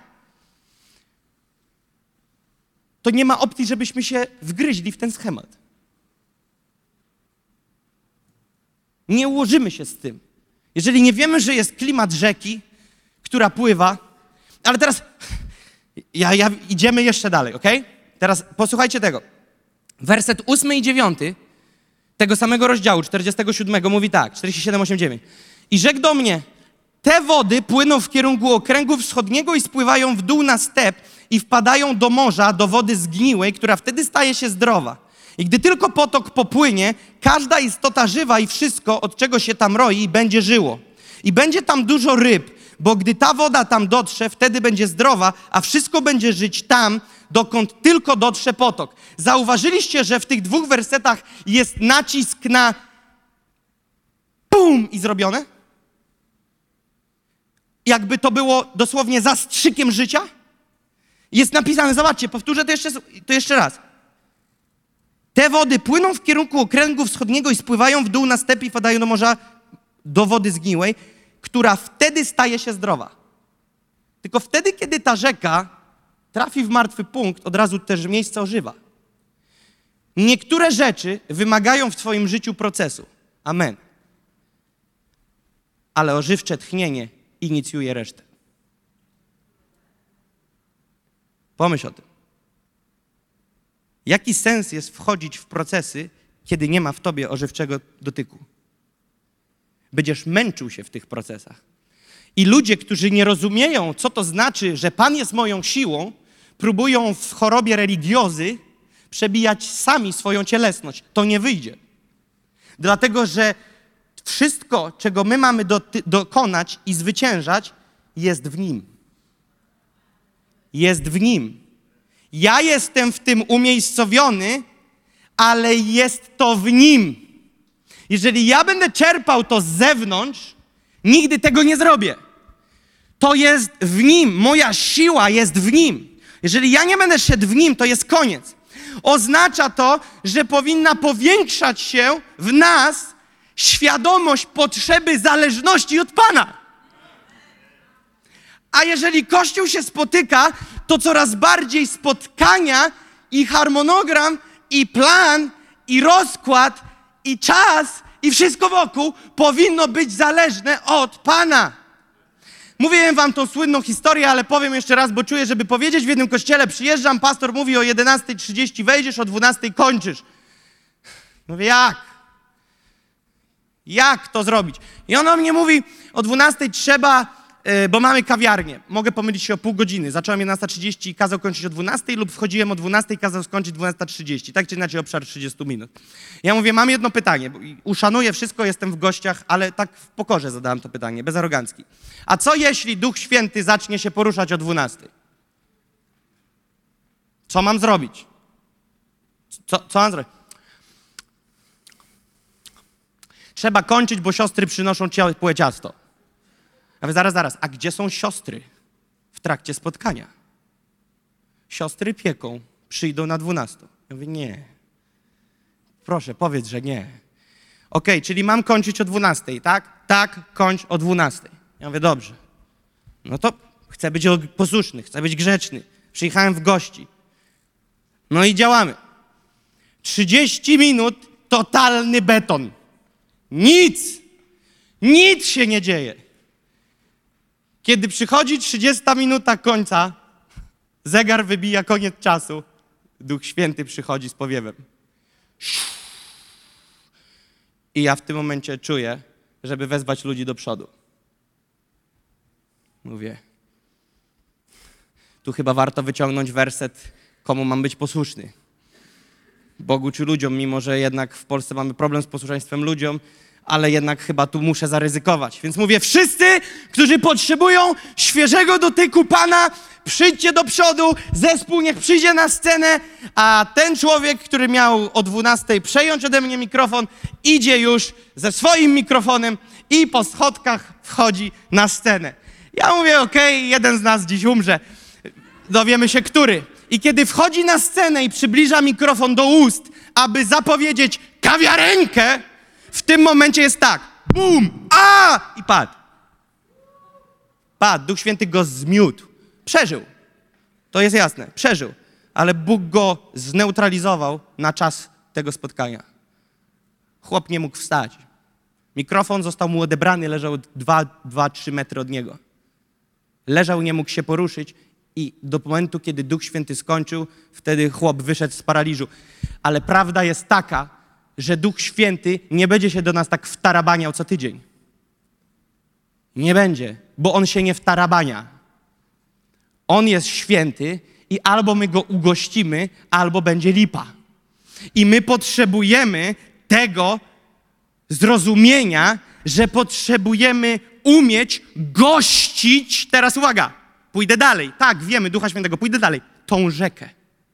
to nie ma opcji, żebyśmy się wgryźli w ten schemat. Nie ułożymy się z tym. Jeżeli nie wiemy, że jest klimat rzeki, która pływa, ale teraz ja, ja, idziemy jeszcze dalej, ok? Teraz posłuchajcie tego. Werset ósmy i dziewiąty tego samego rozdziału, czterdziestego siódmego mówi tak, czterdzieści siedem, osiem, dziewięć. I rzekł do mnie, te wody płyną w kierunku okręgu wschodniego i spływają w dół na step i wpadają do morza, do wody zgniłej, która wtedy staje się zdrowa. I gdy tylko potok popłynie, każda istota żywa i wszystko, od czego się tam roi, będzie żyło. I będzie tam dużo ryb, bo gdy ta woda tam dotrze, wtedy będzie zdrowa, a wszystko będzie żyć tam, dokąd tylko dotrze potok. Zauważyliście, że w tych dwóch wersetach jest nacisk na bum i zrobione? Jakby to było dosłownie zastrzykiem życia? Jest napisane, zobaczcie, powtórzę to jeszcze, to jeszcze raz. Te wody płyną w kierunku okręgu wschodniego i spływają w dół na step i wpadają do morza, do wody zgniłej, która wtedy staje się zdrowa. Tylko wtedy, kiedy ta rzeka trafi w martwy punkt, od razu też miejsce ożywa. Niektóre rzeczy wymagają w twoim życiu procesu. Amen. Ale ożywcze tchnienie inicjuje resztę. Pomyśl o tym. Jaki sens jest wchodzić w procesy, kiedy nie ma w tobie ożywczego dotyku? Będziesz męczył się w tych procesach. I ludzie, którzy nie rozumieją, co to znaczy, że Pan jest moją siłą, próbują w chorobie religiozy przebijać sami swoją cielesność. To nie wyjdzie. Dlatego, że wszystko, czego my mamy do, dokonać i zwyciężać, jest w Nim. Jest w Nim. Ja jestem w tym umiejscowiony, ale jest to w Nim. Jeżeli ja będę czerpał to z zewnątrz, nigdy tego nie zrobię. To jest w Nim. Moja siła jest w Nim. Jeżeli ja nie będę szedł w Nim, to jest koniec. Oznacza to, że powinna powiększać się w nas świadomość potrzeby zależności od Pana. A jeżeli Kościół się spotyka, to coraz bardziej spotkania i harmonogram, i plan, i rozkład, i czas, i wszystko wokół powinno być zależne od Pana. Mówiłem wam tą słynną historię, ale powiem jeszcze raz, bo czuję, żeby powiedzieć w jednym kościele, przyjeżdżam, pastor mówi o jedenastej trzydzieści wejdziesz, o dwunastej kończysz. Mówię, jak? Jak to zrobić? I on o mnie mówi, o dwunastej trzeba, yy, bo mamy kawiarnię. Mogę pomylić się o pół godziny. Zacząłem jedenasta trzydzieści i kazał kończyć o dwunastej lub wchodziłem o dwunastej i kazał skończyć dwunasta trzydzieści. Tak czy inaczej obszar trzydzieści minut. Ja mówię, mam jedno pytanie. Uszanuję wszystko, jestem w gościach, ale tak w pokorze zadałem to pytanie, bez arogancji. A co jeśli Duch Święty zacznie się poruszać o dwunastej? Co mam zrobić? Co, co mam zrobić? Trzeba kończyć, bo siostry przynoszą ciepłe ciasto. A wy zaraz, zaraz, a gdzie są siostry w trakcie spotkania? Siostry pieką, przyjdą na dwunastą. Ja mówię, nie. Proszę, powiedz, że nie. Okej, czyli mam kończyć o dwunastej, tak? Tak, kończ o dwunastej. Ja mówię, dobrze. No to chcę być posłuszny, chcę być grzeczny. Przyjechałem w gości. No i działamy. trzydzieści minut, totalny beton. Nic, nic się nie dzieje. Kiedy przychodzi trzydziesta minuta końca, zegar wybija koniec czasu, Duch Święty przychodzi z powiewem. I ja w tym momencie czuję, żeby wezwać ludzi do przodu. Mówię, tu chyba warto wyciągnąć werset, komu mam być posłuszny. Bogu czy ludziom, mimo że jednak w Polsce mamy problem z posłuszeństwem ludziom, ale jednak chyba tu muszę zaryzykować. Więc mówię, wszyscy, którzy potrzebują świeżego dotyku Pana, przyjdźcie do przodu, zespół niech przyjdzie na scenę, a ten człowiek, który miał o dwunastej przejąć ode mnie mikrofon, idzie już ze swoim mikrofonem i po schodkach wchodzi na scenę. Ja mówię, okej, okay, jeden z nas dziś umrze. Dowiemy się, który. I kiedy wchodzi na scenę i przybliża mikrofon do ust, aby zapowiedzieć kawiarenkę, w tym momencie jest tak. Bum! A! I padł. Padł. Duch Święty go zmiótł. Przeżył. To jest jasne. Przeżył. Ale Bóg go zneutralizował na czas tego spotkania. Chłop nie mógł wstać. Mikrofon został mu odebrany, leżał dwa trzy metry od niego. Leżał, nie mógł się poruszyć i do momentu, kiedy Duch Święty skończył, wtedy chłop wyszedł z paraliżu. Ale prawda jest taka, że Duch Święty nie będzie się do nas tak wtarabaniał co tydzień. Nie będzie, bo On się nie wtarabania. On jest święty i albo my Go ugościmy, albo będzie lipa. I my potrzebujemy tego zrozumienia, że potrzebujemy umieć gościć, teraz uwaga, pójdę dalej, tak, wiemy, Ducha Świętego, pójdę dalej, tą rzekę.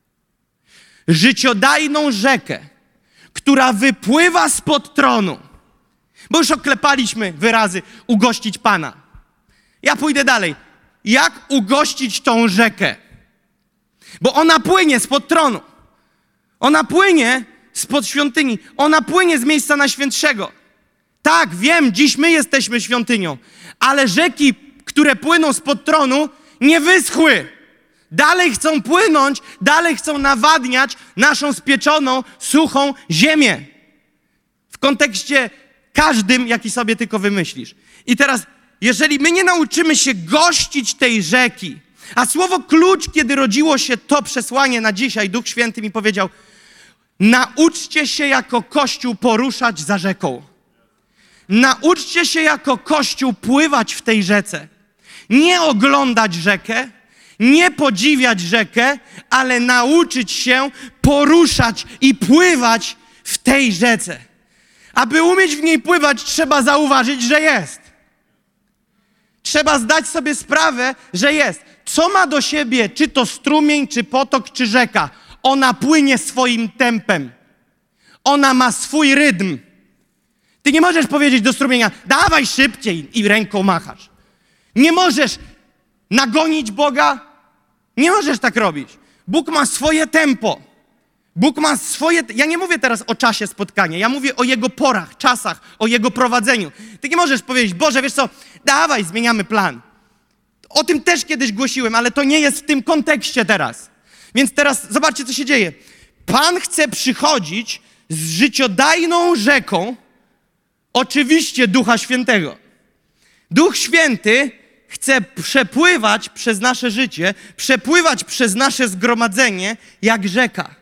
Życiodajną rzekę, która wypływa spod tronu. Bo już oklepaliśmy wyrazy ugościć Pana. Ja pójdę dalej. Jak ugościć tą rzekę? Bo ona płynie spod tronu. Ona płynie spod świątyni. Ona płynie z miejsca najświętszego. Tak, wiem, dziś my jesteśmy świątynią, ale rzeki, które płyną spod tronu, nie wyschły. Dalej chcą płynąć, dalej chcą nawadniać naszą spieczoną, suchą ziemię. W kontekście każdym, jaki sobie tylko wymyślisz. I teraz, jeżeli my nie nauczymy się gościć tej rzeki, a słowo klucz, kiedy rodziło się to przesłanie na dzisiaj, Duch Święty mi powiedział, nauczcie się jako Kościół poruszać za rzeką. Nauczcie się jako Kościół pływać w tej rzece. Nie oglądać rzekę, nie podziwiać rzekę, ale nauczyć się poruszać i pływać w tej rzece. Aby umieć w niej pływać, trzeba zauważyć, że jest. Trzeba zdać sobie sprawę, że jest. Co ma do siebie, czy to strumień, czy potok, czy rzeka? Ona płynie swoim tempem. Ona ma swój rytm. Ty nie możesz powiedzieć do strumienia, dawaj szybciej i ręką machasz. Nie możesz nagonić Boga. Nie możesz tak robić. Bóg ma swoje tempo. Bóg ma swoje... Ja nie mówię teraz o czasie spotkania. Ja mówię o Jego porach, czasach, o Jego prowadzeniu. Ty nie możesz powiedzieć, Boże, wiesz co, dawaj, zmieniamy plan. O tym też kiedyś głosiłem, ale to nie jest w tym kontekście teraz. Więc teraz zobaczcie, co się dzieje. Pan chce przychodzić z życiodajną rzeką, oczywiście Ducha Świętego. Duch Święty chce przepływać przez nasze życie, przepływać przez nasze zgromadzenie jak rzeka.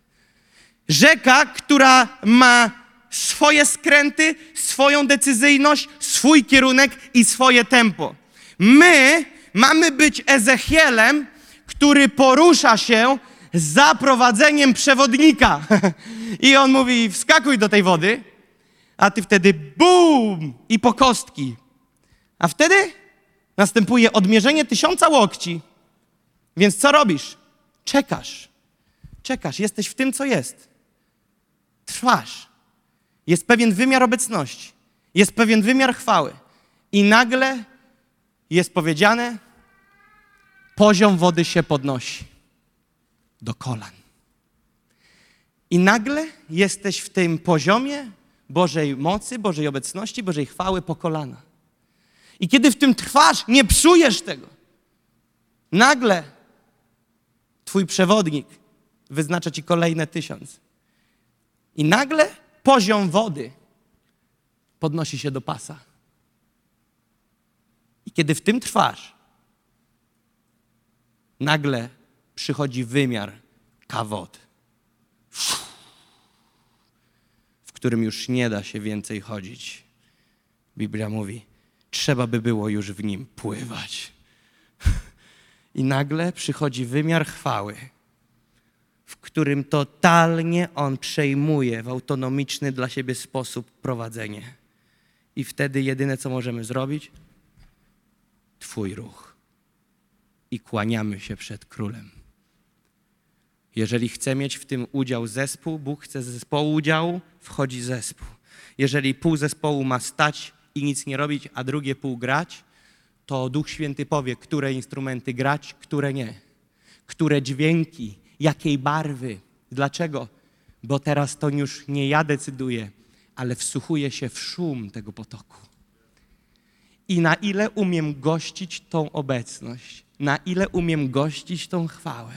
Rzeka, która ma swoje skręty, swoją decyzyjność, swój kierunek i swoje tempo. My mamy być Ezechielem, który porusza się za prowadzeniem przewodnika. I on mówi, wskakuj do tej wody, a ty wtedy bum i po kostki. A wtedy następuje odmierzenie tysiąca łokci. Więc co robisz? Czekasz. Czekasz. Jesteś w tym, co jest. Trwasz. Jest pewien wymiar obecności. Jest pewien wymiar chwały. I nagle jest powiedziane, poziom wody się podnosi do kolan. I nagle jesteś w tym poziomie Bożej mocy, Bożej obecności, Bożej chwały po kolana. I kiedy w tym trwasz, nie psujesz tego. Nagle twój przewodnik wyznacza ci kolejne tysiąc. I nagle poziom wody podnosi się do pasa. I kiedy w tym trwasz, nagle przychodzi wymiar kawod, w którym już nie da się więcej chodzić. Biblia mówi, trzeba by było już w nim pływać. I nagle przychodzi wymiar chwały, w którym totalnie on przejmuje w autonomiczny dla siebie sposób prowadzenie. I wtedy jedyne, co możemy zrobić, Twój ruch. I kłaniamy się przed Królem. Jeżeli chce mieć w tym udział zespół, Bóg chce zespołu udziału, wchodzi zespół. Jeżeli pół zespołu ma stać i nic nie robić, a drugie pół grać, to Duch Święty powie, które instrumenty grać, które nie. Które dźwięki, jakiej barwy. Dlaczego? Bo teraz to już nie ja decyduję, ale wsłuchuję się w szum tego potoku. I na ile umiem gościć tą obecność, na ile umiem gościć tą chwałę,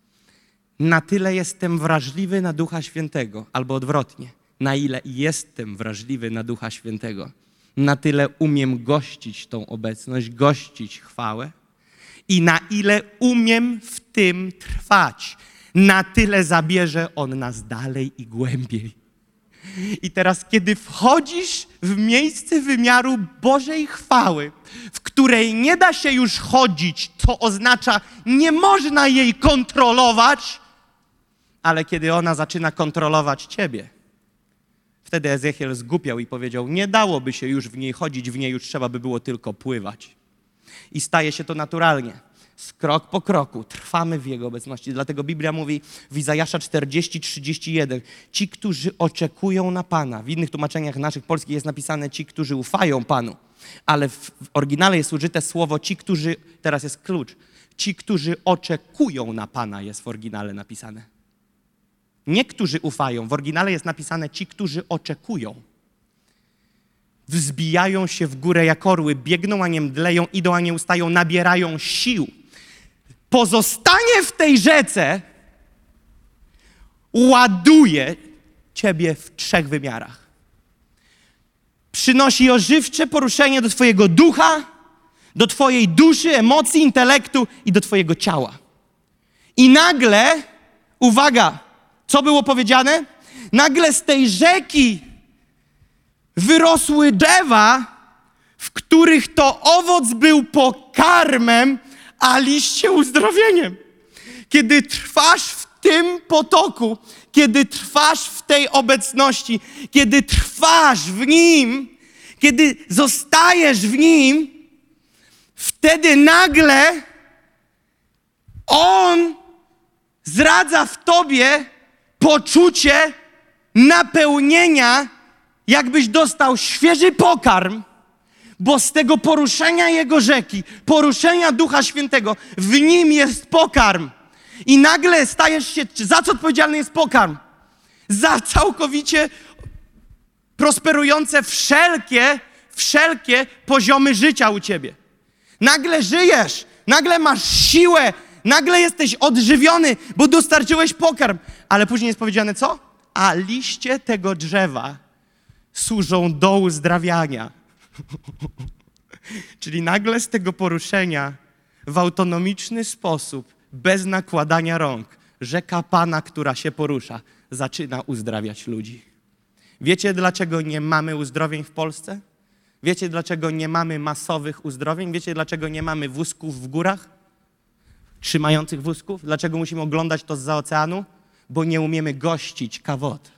na tyle jestem wrażliwy na Ducha Świętego, albo odwrotnie, na ile jestem wrażliwy na Ducha Świętego, na tyle umiem gościć tą obecność, gościć chwałę i na ile umiem w tym trwać, na tyle zabierze On nas dalej i głębiej. I teraz, kiedy wchodzisz w miejsce wymiaru Bożej chwały, w której nie da się już chodzić, co oznacza, nie można jej kontrolować, ale kiedy ona zaczyna kontrolować ciebie, wtedy Ezechiel zgłupiał i powiedział, nie dałoby się już w niej chodzić, w niej już trzeba by było tylko pływać. I staje się to naturalnie. Z krok po kroku trwamy w Jego obecności. Dlatego Biblia mówi w Izajasza czterdzieści, trzydzieści jeden. Ci, którzy oczekują na Pana. W innych tłumaczeniach naszych polskich jest napisane ci, którzy ufają Panu. Ale w, w oryginale jest użyte słowo ci, którzy, teraz jest klucz, ci, którzy oczekują na Pana jest w oryginale napisane. Nie którzy ufają. W oryginale jest napisane ci, którzy oczekują. Wzbijają się w górę jak orły, biegną, a nie mdleją, idą, a nie ustają, nabierają sił. Pozostanie w tej rzece ładuje ciebie w trzech wymiarach. Przynosi ożywcze poruszenie do twojego ducha, do twojej duszy, emocji, intelektu i do twojego ciała. I nagle, uwaga, co było powiedziane? Nagle z tej rzeki wyrosły drzewa, w których to owoc był pokarmem, a liście uzdrowieniem. Kiedy trwasz w tym potoku, kiedy trwasz w tej obecności, kiedy trwasz w Nim, kiedy zostajesz w Nim, wtedy nagle On zradza w tobie poczucie napełnienia, jakbyś dostał świeży pokarm, bo z tego poruszenia Jego rzeki, poruszenia Ducha Świętego, w Nim jest pokarm. I nagle stajesz się, za co odpowiedzialny jest pokarm? Za całkowicie prosperujące wszelkie, wszelkie poziomy życia u ciebie. Nagle żyjesz, nagle masz siłę, nagle jesteś odżywiony, bo dostarczyłeś pokarm. Ale później jest powiedziane co? A liście tego drzewa służą do uzdrawiania. Czyli nagle z tego poruszenia w autonomiczny sposób, bez nakładania rąk, rzeka Pana, która się porusza, zaczyna uzdrawiać ludzi. Wiecie, dlaczego nie mamy uzdrowień w Polsce? Wiecie, dlaczego nie mamy masowych uzdrowień? Wiecie, dlaczego nie mamy wózków w górach? Trzymających wózków? Dlaczego musimy oglądać to zza oceanu? Bo nie umiemy gościć kawod.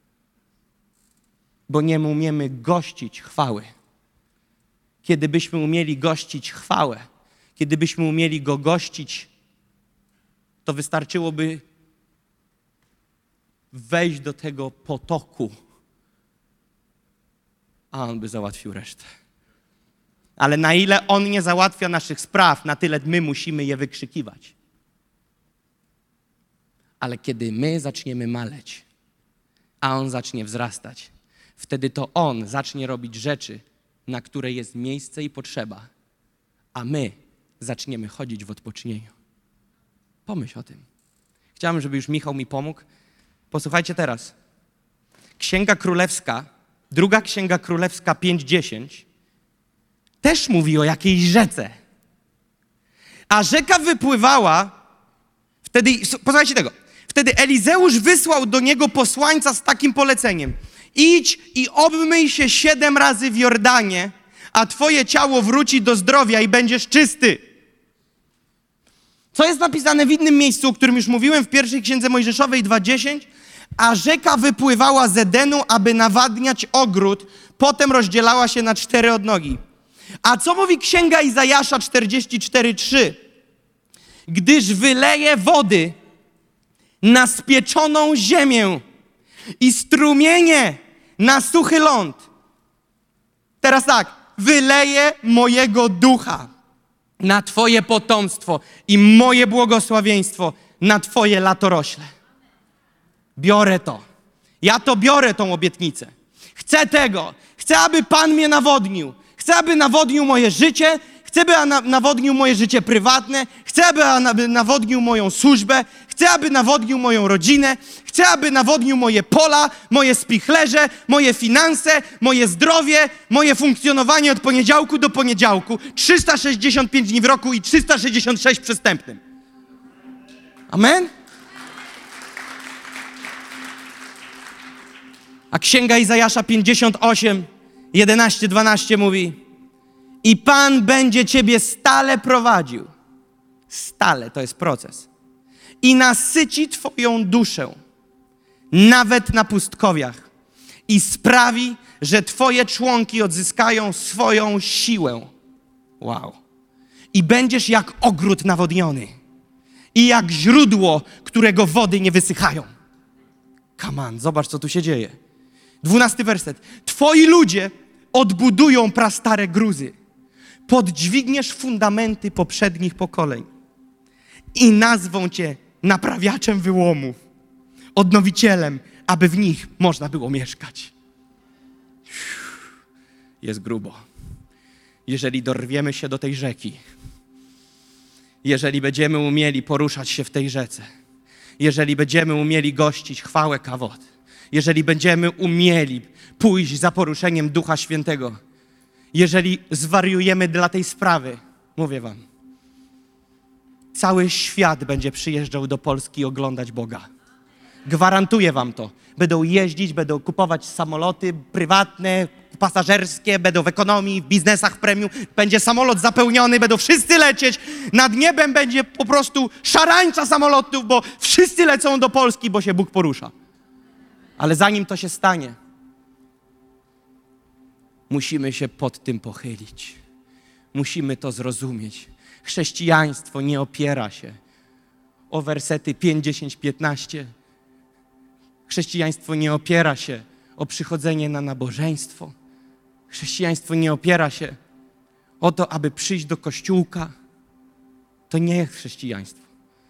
Bo nie umiemy gościć chwały. Kiedy byśmy umieli gościć chwałę, kiedy byśmy umieli Go gościć, to wystarczyłoby wejść do tego potoku, a On by załatwił resztę. Ale na ile On nie załatwia naszych spraw, na tyle my musimy je wykrzykiwać. Ale kiedy my zaczniemy maleć, a On zacznie wzrastać, wtedy to On zacznie robić rzeczy, na które jest miejsce i potrzeba, a my zaczniemy chodzić w odpocznieniu. Pomyśl o tym. Chciałem, żeby już Michał mi pomógł. Posłuchajcie teraz. Księga Królewska, druga Księga Królewska pięć dziesięć też mówi o jakiejś rzece. A rzeka wypływała, wtedy, posłuchajcie tego, wtedy Elizeusz wysłał do niego posłańca z takim poleceniem. Idź i obmyj się siedem razy w Jordanie, a twoje ciało wróci do zdrowia i będziesz czysty. Co jest napisane w innym miejscu, o którym już mówiłem, w pierwszej Księdze Mojżeszowej dwa dziesięć? A rzeka wypływała z Edenu, aby nawadniać ogród, potem rozdzielała się na cztery odnogi. A co mówi Księga Izajasza czterdzieści cztery trzy? Gdyż wyleje wody na spieczoną ziemię i strumienie na suchy ląd. Teraz tak, wyleję mojego ducha na twoje potomstwo i moje błogosławieństwo na twoje latorośle. Biorę to. Ja to biorę, tą obietnicę. Chcę tego. Chcę, aby Pan mnie nawodnił. Chcę, aby nawodnił moje życie. Chcę, aby nawodnił moje życie prywatne. Chcę, aby nawodnił moją służbę. Chcę, aby nawodnił moją rodzinę. Chcę, aby nawodnił moje pola, moje spichlerze, moje finanse, moje zdrowie, moje funkcjonowanie od poniedziałku do poniedziałku. trzysta sześćdziesiąt pięć dni w roku i trzysta sześćdziesiąt sześć przystępnym. Amen? A Księga Izajasza pięćdziesiąt osiem, jedenaście, dwanaście mówi: i Pan będzie ciebie stale prowadził. Stale, to jest proces. I nasyci twoją duszę, nawet na pustkowiach. I sprawi, że twoje członki odzyskają swoją siłę. Wow. I będziesz jak ogród nawodniony. I jak źródło, którego wody nie wysychają. Come on, zobacz, co tu się dzieje. Dwunasty werset. Twoi ludzie odbudują prastare gruzy. Podźwigniesz fundamenty poprzednich pokoleń. I nazwą cię naprawiaczem wyłomów. Odnowicielem, aby w nich można było mieszkać. Jest grubo. Jeżeli dorwiemy się do tej rzeki, jeżeli będziemy umieli poruszać się w tej rzece, jeżeli będziemy umieli gościć chwałę Kawod, jeżeli będziemy umieli pójść za poruszeniem Ducha Świętego, jeżeli zwariujemy dla tej sprawy, mówię wam, cały świat będzie przyjeżdżał do Polski oglądać Boga. Gwarantuję wam to. Będą jeździć, będą kupować samoloty prywatne, pasażerskie, będą w ekonomii, w biznesach premium. Będzie samolot zapełniony, będą wszyscy lecieć. Nad niebem będzie po prostu szarańcza samolotów, bo wszyscy lecą do Polski, bo się Bóg porusza. Ale zanim to się stanie, musimy się pod tym pochylić. Musimy to zrozumieć. Chrześcijaństwo nie opiera się o wersety pięć, dziesięć, piętnaście. Chrześcijaństwo nie opiera się o przychodzenie na nabożeństwo. Chrześcijaństwo nie opiera się o to, aby przyjść do kościółka. To nie jest chrześcijaństwo.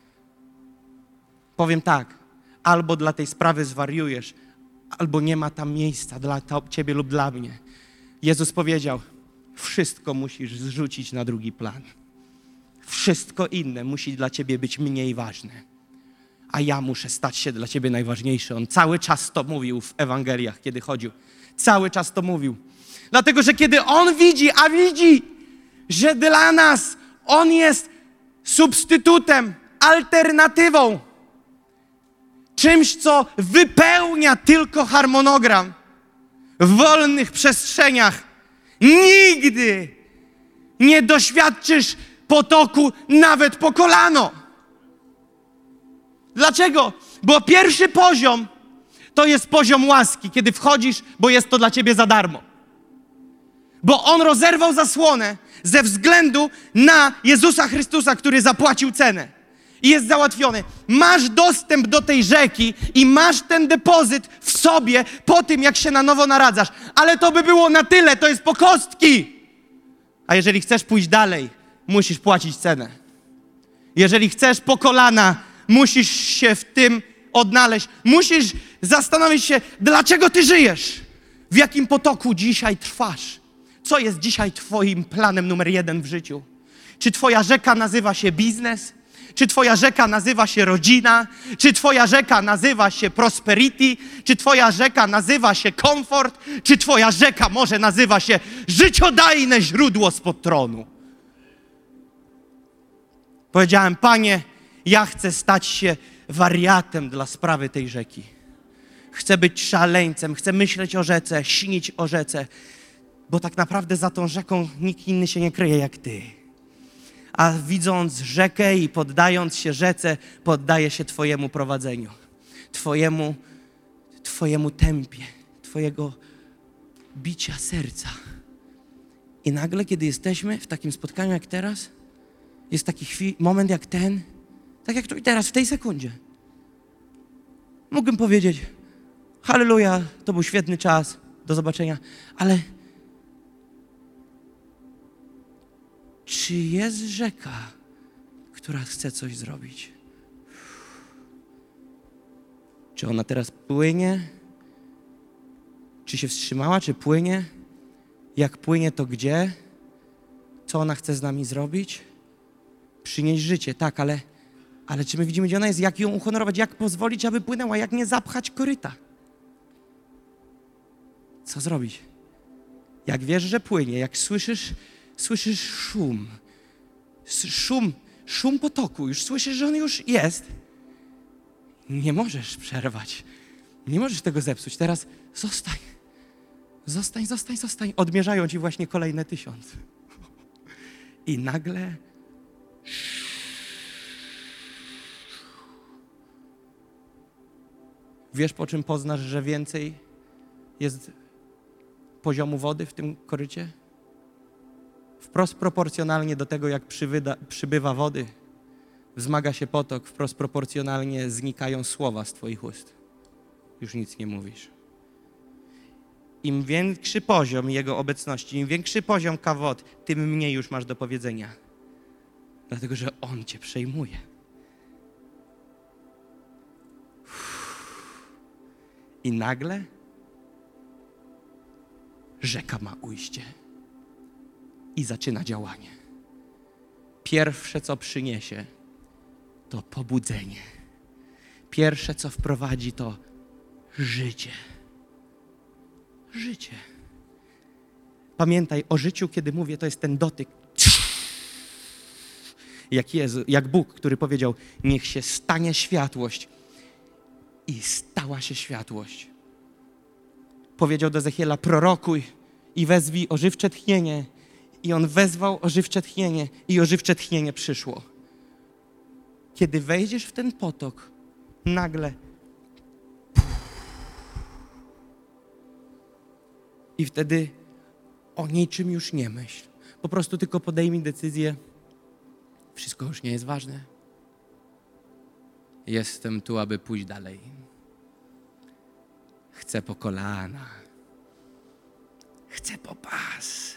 Powiem tak, albo dla tej sprawy zwariujesz, albo nie ma tam miejsca dla ciebie lub dla mnie. Jezus powiedział, wszystko musisz zrzucić na drugi plan. Wszystko inne musi dla ciebie być mniej ważne. A ja muszę stać się dla ciebie najważniejszy. On cały czas to mówił w Ewangeliach, kiedy chodził. Cały czas to mówił. Dlatego, że kiedy On widzi, a widzi, że dla nas On jest substytutem, alternatywą, czymś, co wypełnia tylko harmonogram w wolnych przestrzeniach, nigdy nie doświadczysz potoku nawet po kolano. Dlaczego? Bo pierwszy poziom to jest poziom łaski, kiedy wchodzisz, bo jest to dla ciebie za darmo. Bo On rozerwał zasłonę ze względu na Jezusa Chrystusa, który zapłacił cenę. I jest załatwiony. Masz dostęp do tej rzeki i masz ten depozyt w sobie po tym, jak się na nowo naradzasz. Ale to by było na tyle, to jest po kostki. A jeżeli chcesz pójść dalej, musisz płacić cenę. Jeżeli chcesz po kolana, musisz się w tym odnaleźć. Musisz zastanowić się, dlaczego ty żyjesz? W jakim potoku dzisiaj trwasz? Co jest dzisiaj twoim planem numer jeden w życiu? Czy twoja rzeka nazywa się biznes? Czy twoja rzeka nazywa się rodzina? Czy twoja rzeka nazywa się prosperity? Czy twoja rzeka nazywa się komfort? Czy twoja rzeka może nazywa się życiodajne źródło spod tronu? Powiedziałem, Panie, ja chcę stać się wariatem dla sprawy tej rzeki. Chcę być szaleńcem, chcę myśleć o rzece, śnić o rzece, bo tak naprawdę za tą rzeką nikt inny się nie kryje jak Ty. A widząc rzekę i poddając się rzece, poddaję się Twojemu prowadzeniu, Twojemu, Twojemu tempie, Twojego bicia serca. I nagle, kiedy jesteśmy w takim spotkaniu jak teraz, jest taki chwil, moment jak ten, tak jak tu i teraz, w tej sekundzie. Mógłbym powiedzieć, halleluja, to był świetny czas, do zobaczenia, ale czy jest rzeka, która chce coś zrobić? Czy ona teraz płynie? Czy się wstrzymała, czy płynie? Jak płynie, to gdzie? Co ona chce z nami zrobić? Przynieść życie, tak, ale, ale czy my widzimy, gdzie ona jest? Jak ją uhonorować? Jak pozwolić, aby płynęła? Jak nie zapchać koryta? Co zrobić? Jak wiesz, że płynie, jak słyszysz, słyszysz szum, szum, szum potoku, już słyszysz, że on już jest, nie możesz przerwać, nie możesz tego zepsuć. Teraz zostań, zostań, zostań, zostań. Odmierzają ci właśnie kolejne tysiąc. I nagle wiesz, po czym poznasz, że więcej jest poziomu wody w tym korycie? Wprost proporcjonalnie do tego, jak przywyda, przybywa wody, wzmaga się potok, wprost proporcjonalnie znikają słowa z twoich ust. Już nic nie mówisz. Im większy poziom Jego obecności, im większy poziom kawod, tym mniej już masz do powiedzenia. Dlatego, że On cię przejmuje. I nagle rzeka ma ujście i zaczyna działanie. Pierwsze, co przyniesie, to pobudzenie. Pierwsze, co wprowadzi, to życie. Życie. Pamiętaj o życiu, kiedy mówię, to jest ten dotyk. Jak Jezu, jak Bóg, który powiedział, niech się stanie światłość. I stała się światłość. Powiedział do Ezechiela, prorokuj i wezwij ożywcze tchnienie. I on wezwał ożywcze tchnienie i ożywcze tchnienie przyszło. Kiedy wejdziesz w ten potok, nagle i wtedy o niczym już nie myśl. Po prostu tylko podejmij decyzję. Wszystko już nie jest ważne. Jestem tu, aby pójść dalej. Chcę po kolana. Chcę po pas.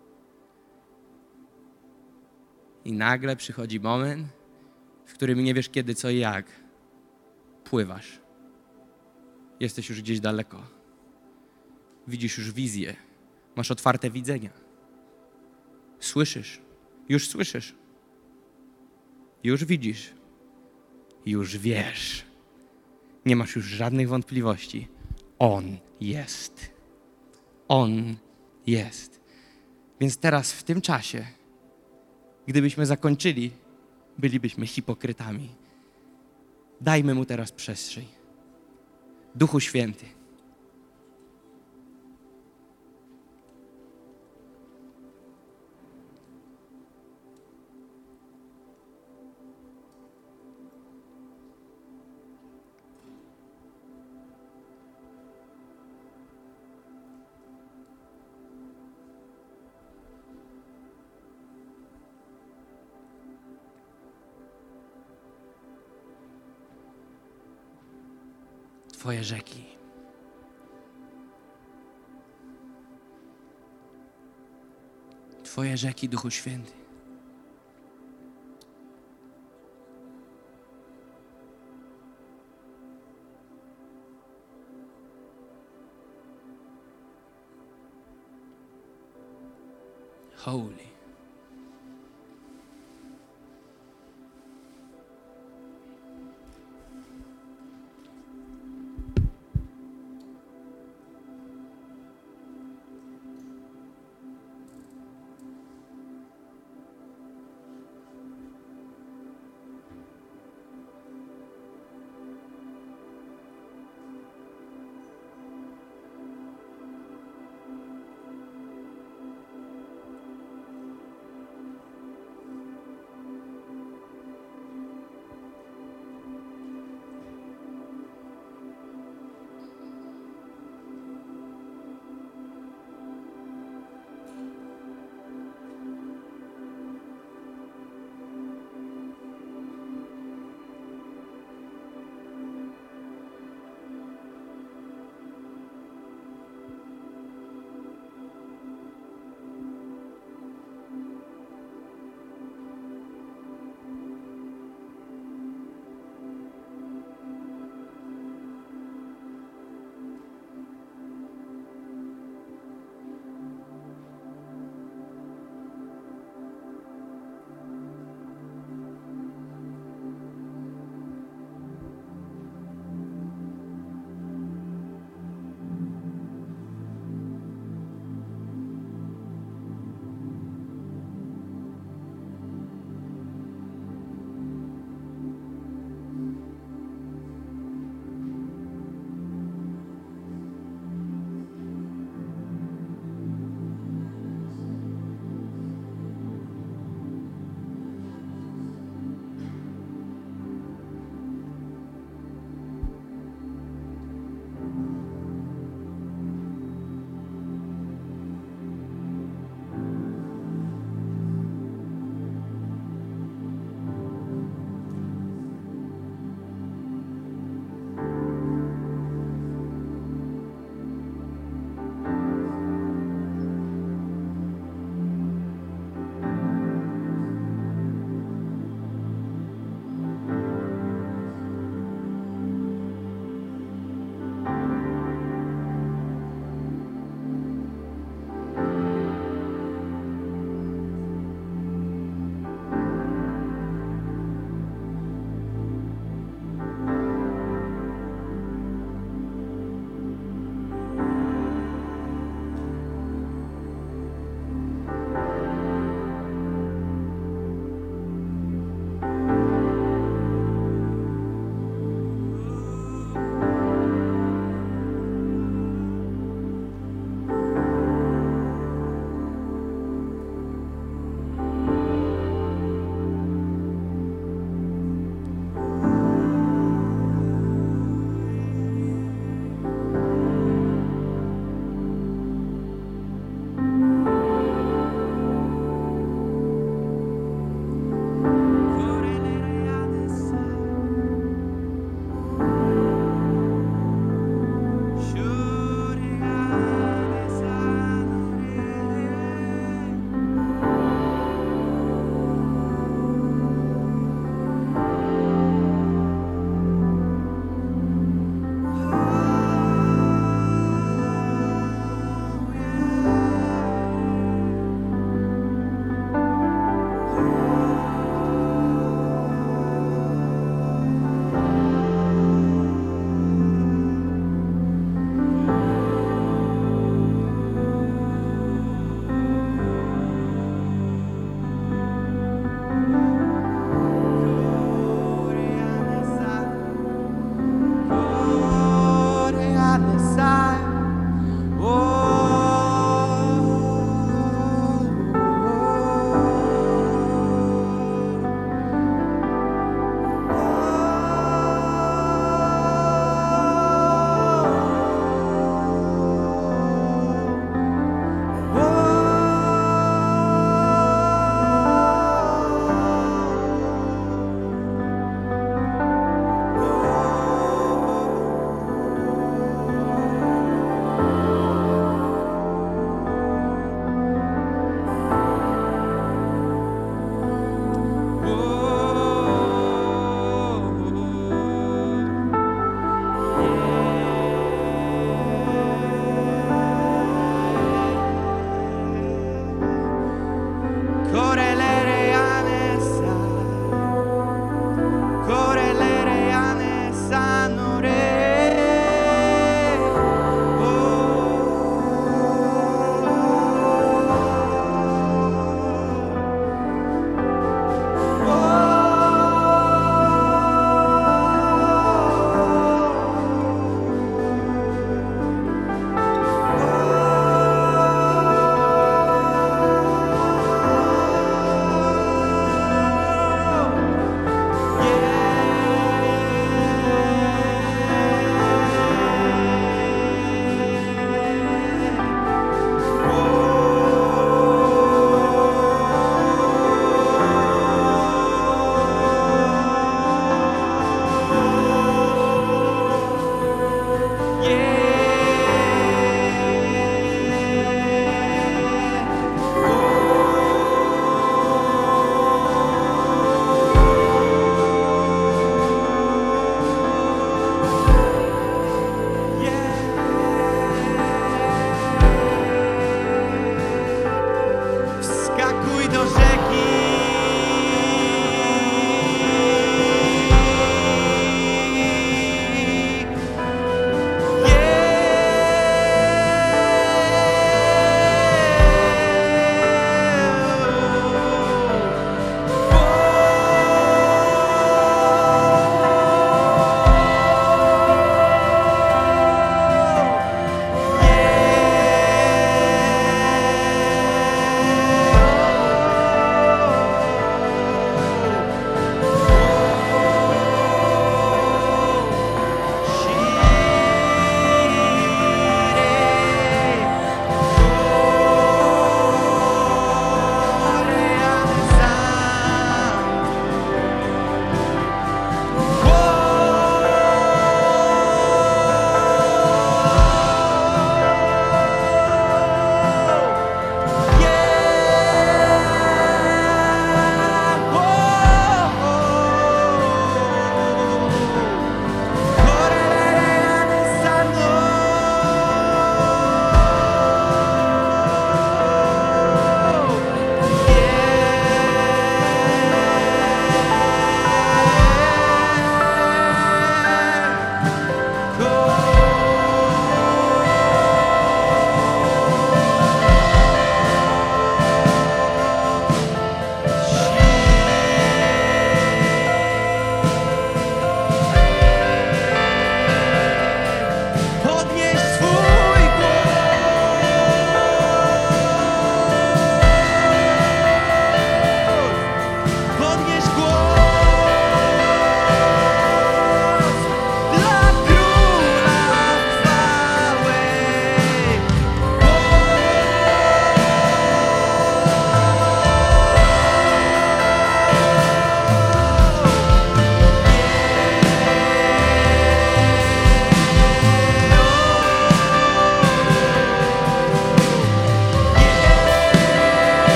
I nagle przychodzi moment, w którym nie wiesz kiedy, co i jak. Pływasz. Jesteś już gdzieś daleko. Widzisz już wizję. Masz otwarte widzenia. Słyszysz. Już słyszysz. Już widzisz. Już wiesz. Nie masz już żadnych wątpliwości. On jest. On jest. Więc teraz w tym czasie, gdybyśmy zakończyli, bylibyśmy hipokrytami. Dajmy Mu teraz przestrzeń. Duchu Święty. Twoje rzeki. Twoje rzeki, Duchu Święty. Holy.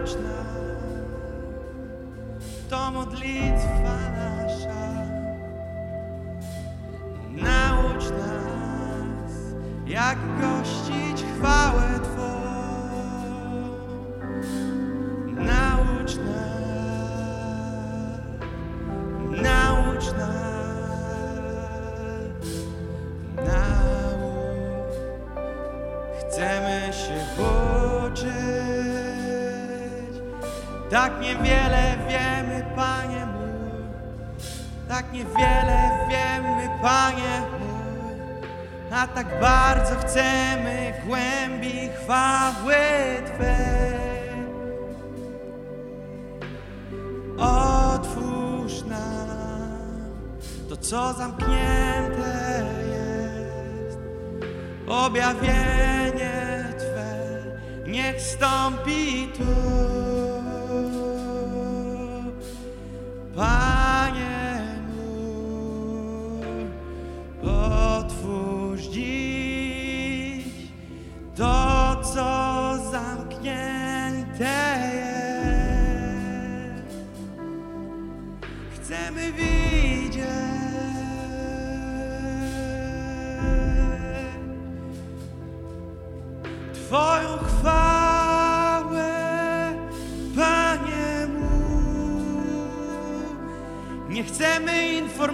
naucz nas, to modlitwa nasza. Naucz nas, jak gościć chwałę Twą. Naucz nas, naucz nas, naucz. Chcemy się uczyć, tak niewiele wiemy, Panie mój, tak niewiele wiemy, Panie mój, a tak bardzo chcemy głębi chwały Twej. Otwórz nam to, co zamknięte jest. Objawienie Twe niech stąpi tu. Panie mój, otwórz dziś to, co zamknięte jest. Chcemy widzieć Twoją chwałę, Panie mój. Nie chcemy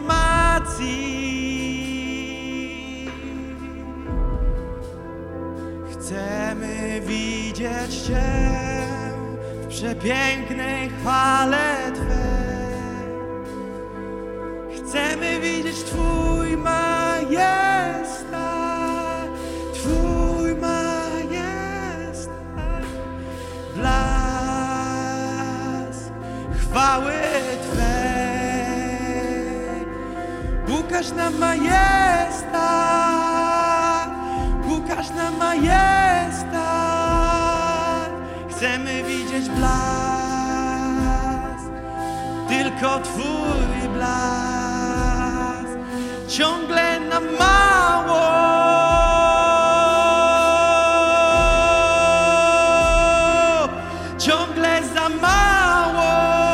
informacji, chcemy widzieć Cię w przepięknej chwale Twej. Chcemy widzieć Twój majestat, Twój majestat, blask chwały Twej. Ukaż nam majestat, ukaż nam majestat. Chcemy widzieć blask, tylko Twój blask. Ciągle nam mało, ciągle za mało.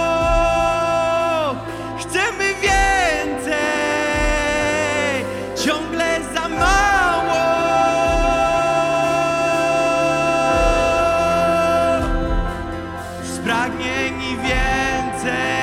Chcemy więcej, ciągle za mało. Spragnieni więcej.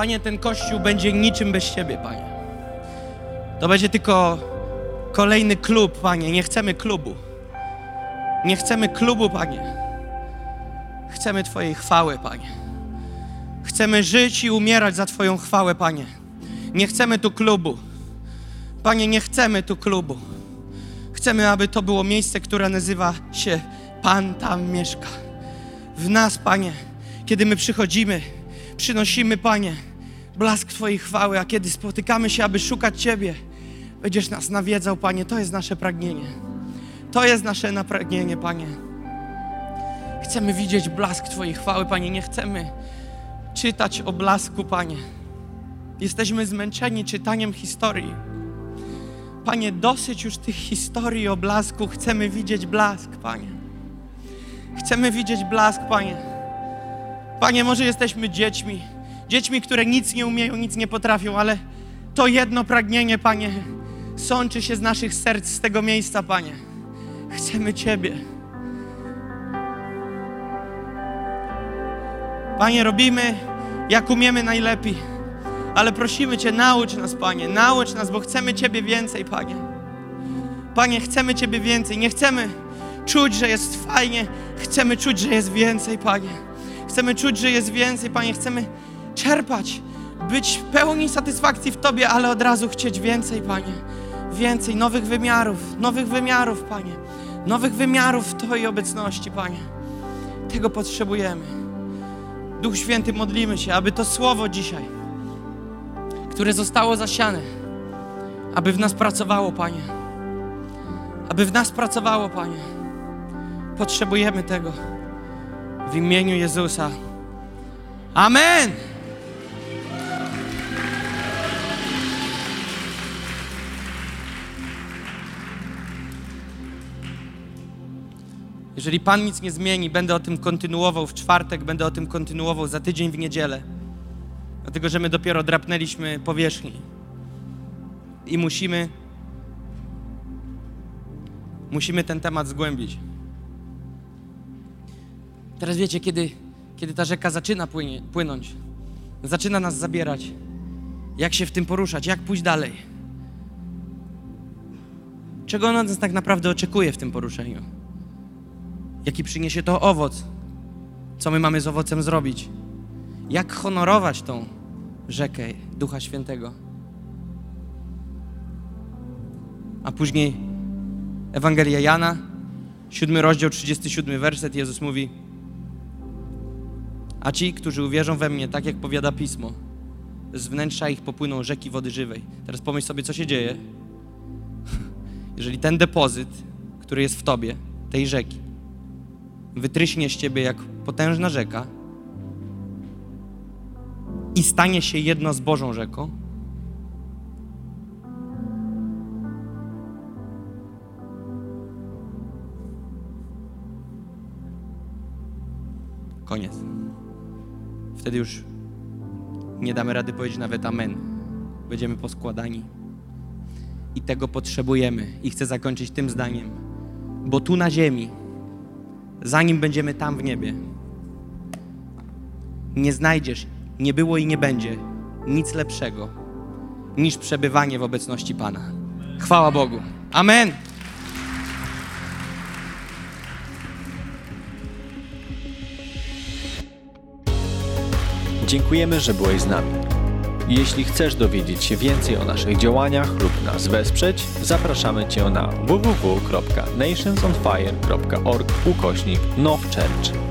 Panie, ten Kościół będzie niczym bez Ciebie, Panie. To będzie tylko kolejny klub, Panie. Nie chcemy klubu. Nie chcemy klubu, Panie. Chcemy Twojej chwały, Panie. Chcemy żyć i umierać za Twoją chwałę, Panie. Nie chcemy tu klubu. Panie, nie chcemy tu klubu. Chcemy, aby to było miejsce, które nazywa się Pan tam mieszka. W nas, Panie, kiedy my przychodzimy, przynosimy, Panie, blask Twojej chwały, a kiedy spotykamy się, aby szukać Ciebie, będziesz nas nawiedzał, Panie. To jest nasze pragnienie. To jest nasze pragnienie, Panie. Chcemy widzieć blask Twojej chwały, Panie. Nie chcemy czytać o blasku, Panie. Jesteśmy zmęczeni czytaniem historii. Panie, dosyć już tych historii o blasku. Chcemy widzieć blask, Panie. Chcemy widzieć blask, Panie. Panie, może jesteśmy dziećmi. Dziećmi, które nic nie umieją, nic nie potrafią, ale to jedno pragnienie, Panie, sączy się z naszych serc, z tego miejsca, Panie. Chcemy Ciebie. Panie, robimy jak umiemy najlepiej, ale prosimy Cię, naucz nas, Panie, naucz nas, bo chcemy Ciebie więcej, Panie. Panie, chcemy Ciebie więcej, nie chcemy czuć, że jest fajnie, chcemy czuć, że jest więcej, Panie. Chcemy czuć, że jest więcej, Panie, chcemy czerpać, być pełni satysfakcji w Tobie, ale od razu chcieć więcej, Panie. Więcej nowych wymiarów, nowych wymiarów, Panie. Nowych wymiarów Twojej obecności, Panie. Tego potrzebujemy. Duch Święty, modlimy się, aby to słowo dzisiaj, które zostało zasiane, aby w nas pracowało, Panie. Aby w nas pracowało, Panie. Potrzebujemy tego. W imieniu Jezusa. Amen! Jeżeli Pan nic nie zmieni, będę o tym kontynuował w czwartek, będę o tym kontynuował za tydzień w niedzielę. Dlatego, że my dopiero drapnęliśmy powierzchni. I musimy, musimy ten temat zgłębić. Teraz wiecie, kiedy, kiedy ta rzeka zaczyna płynie, płynąć, zaczyna nas zabierać, jak się w tym poruszać, jak pójść dalej. Czego ona nas tak naprawdę oczekuje w tym poruszeniu? Jaki przyniesie to owoc? Co my mamy z owocem zrobić? Jak honorować tą rzekę Ducha Świętego? A później Ewangelia Jana, siódmy rozdział, trzydziesty siódmy werset, Jezus mówi: a ci, którzy uwierzą we mnie, tak jak powiada Pismo, z wnętrza ich popłyną rzeki wody żywej. Teraz pomyśl sobie, co się dzieje, jeżeli ten depozyt, który jest w tobie, tej rzeki, wytryśnie z ciebie jak potężna rzeka i stanie się jedno z Bożą rzeką. Koniec. Wtedy już nie damy rady powiedzieć nawet amen. Będziemy poskładani. I tego potrzebujemy. I chcę zakończyć tym zdaniem. Bo tu na ziemi, zanim będziemy tam w niebie, nie znajdziesz, nie było i nie będzie nic lepszego niż przebywanie w obecności Pana. Chwała Bogu. Amen. Dziękujemy, że byłeś z nami. Jeśli chcesz dowiedzieć się więcej o naszych działaniach lub nas wesprzeć, zapraszamy Cię na w w w kropka nationsonfire kropka org ukośnik nowchurch.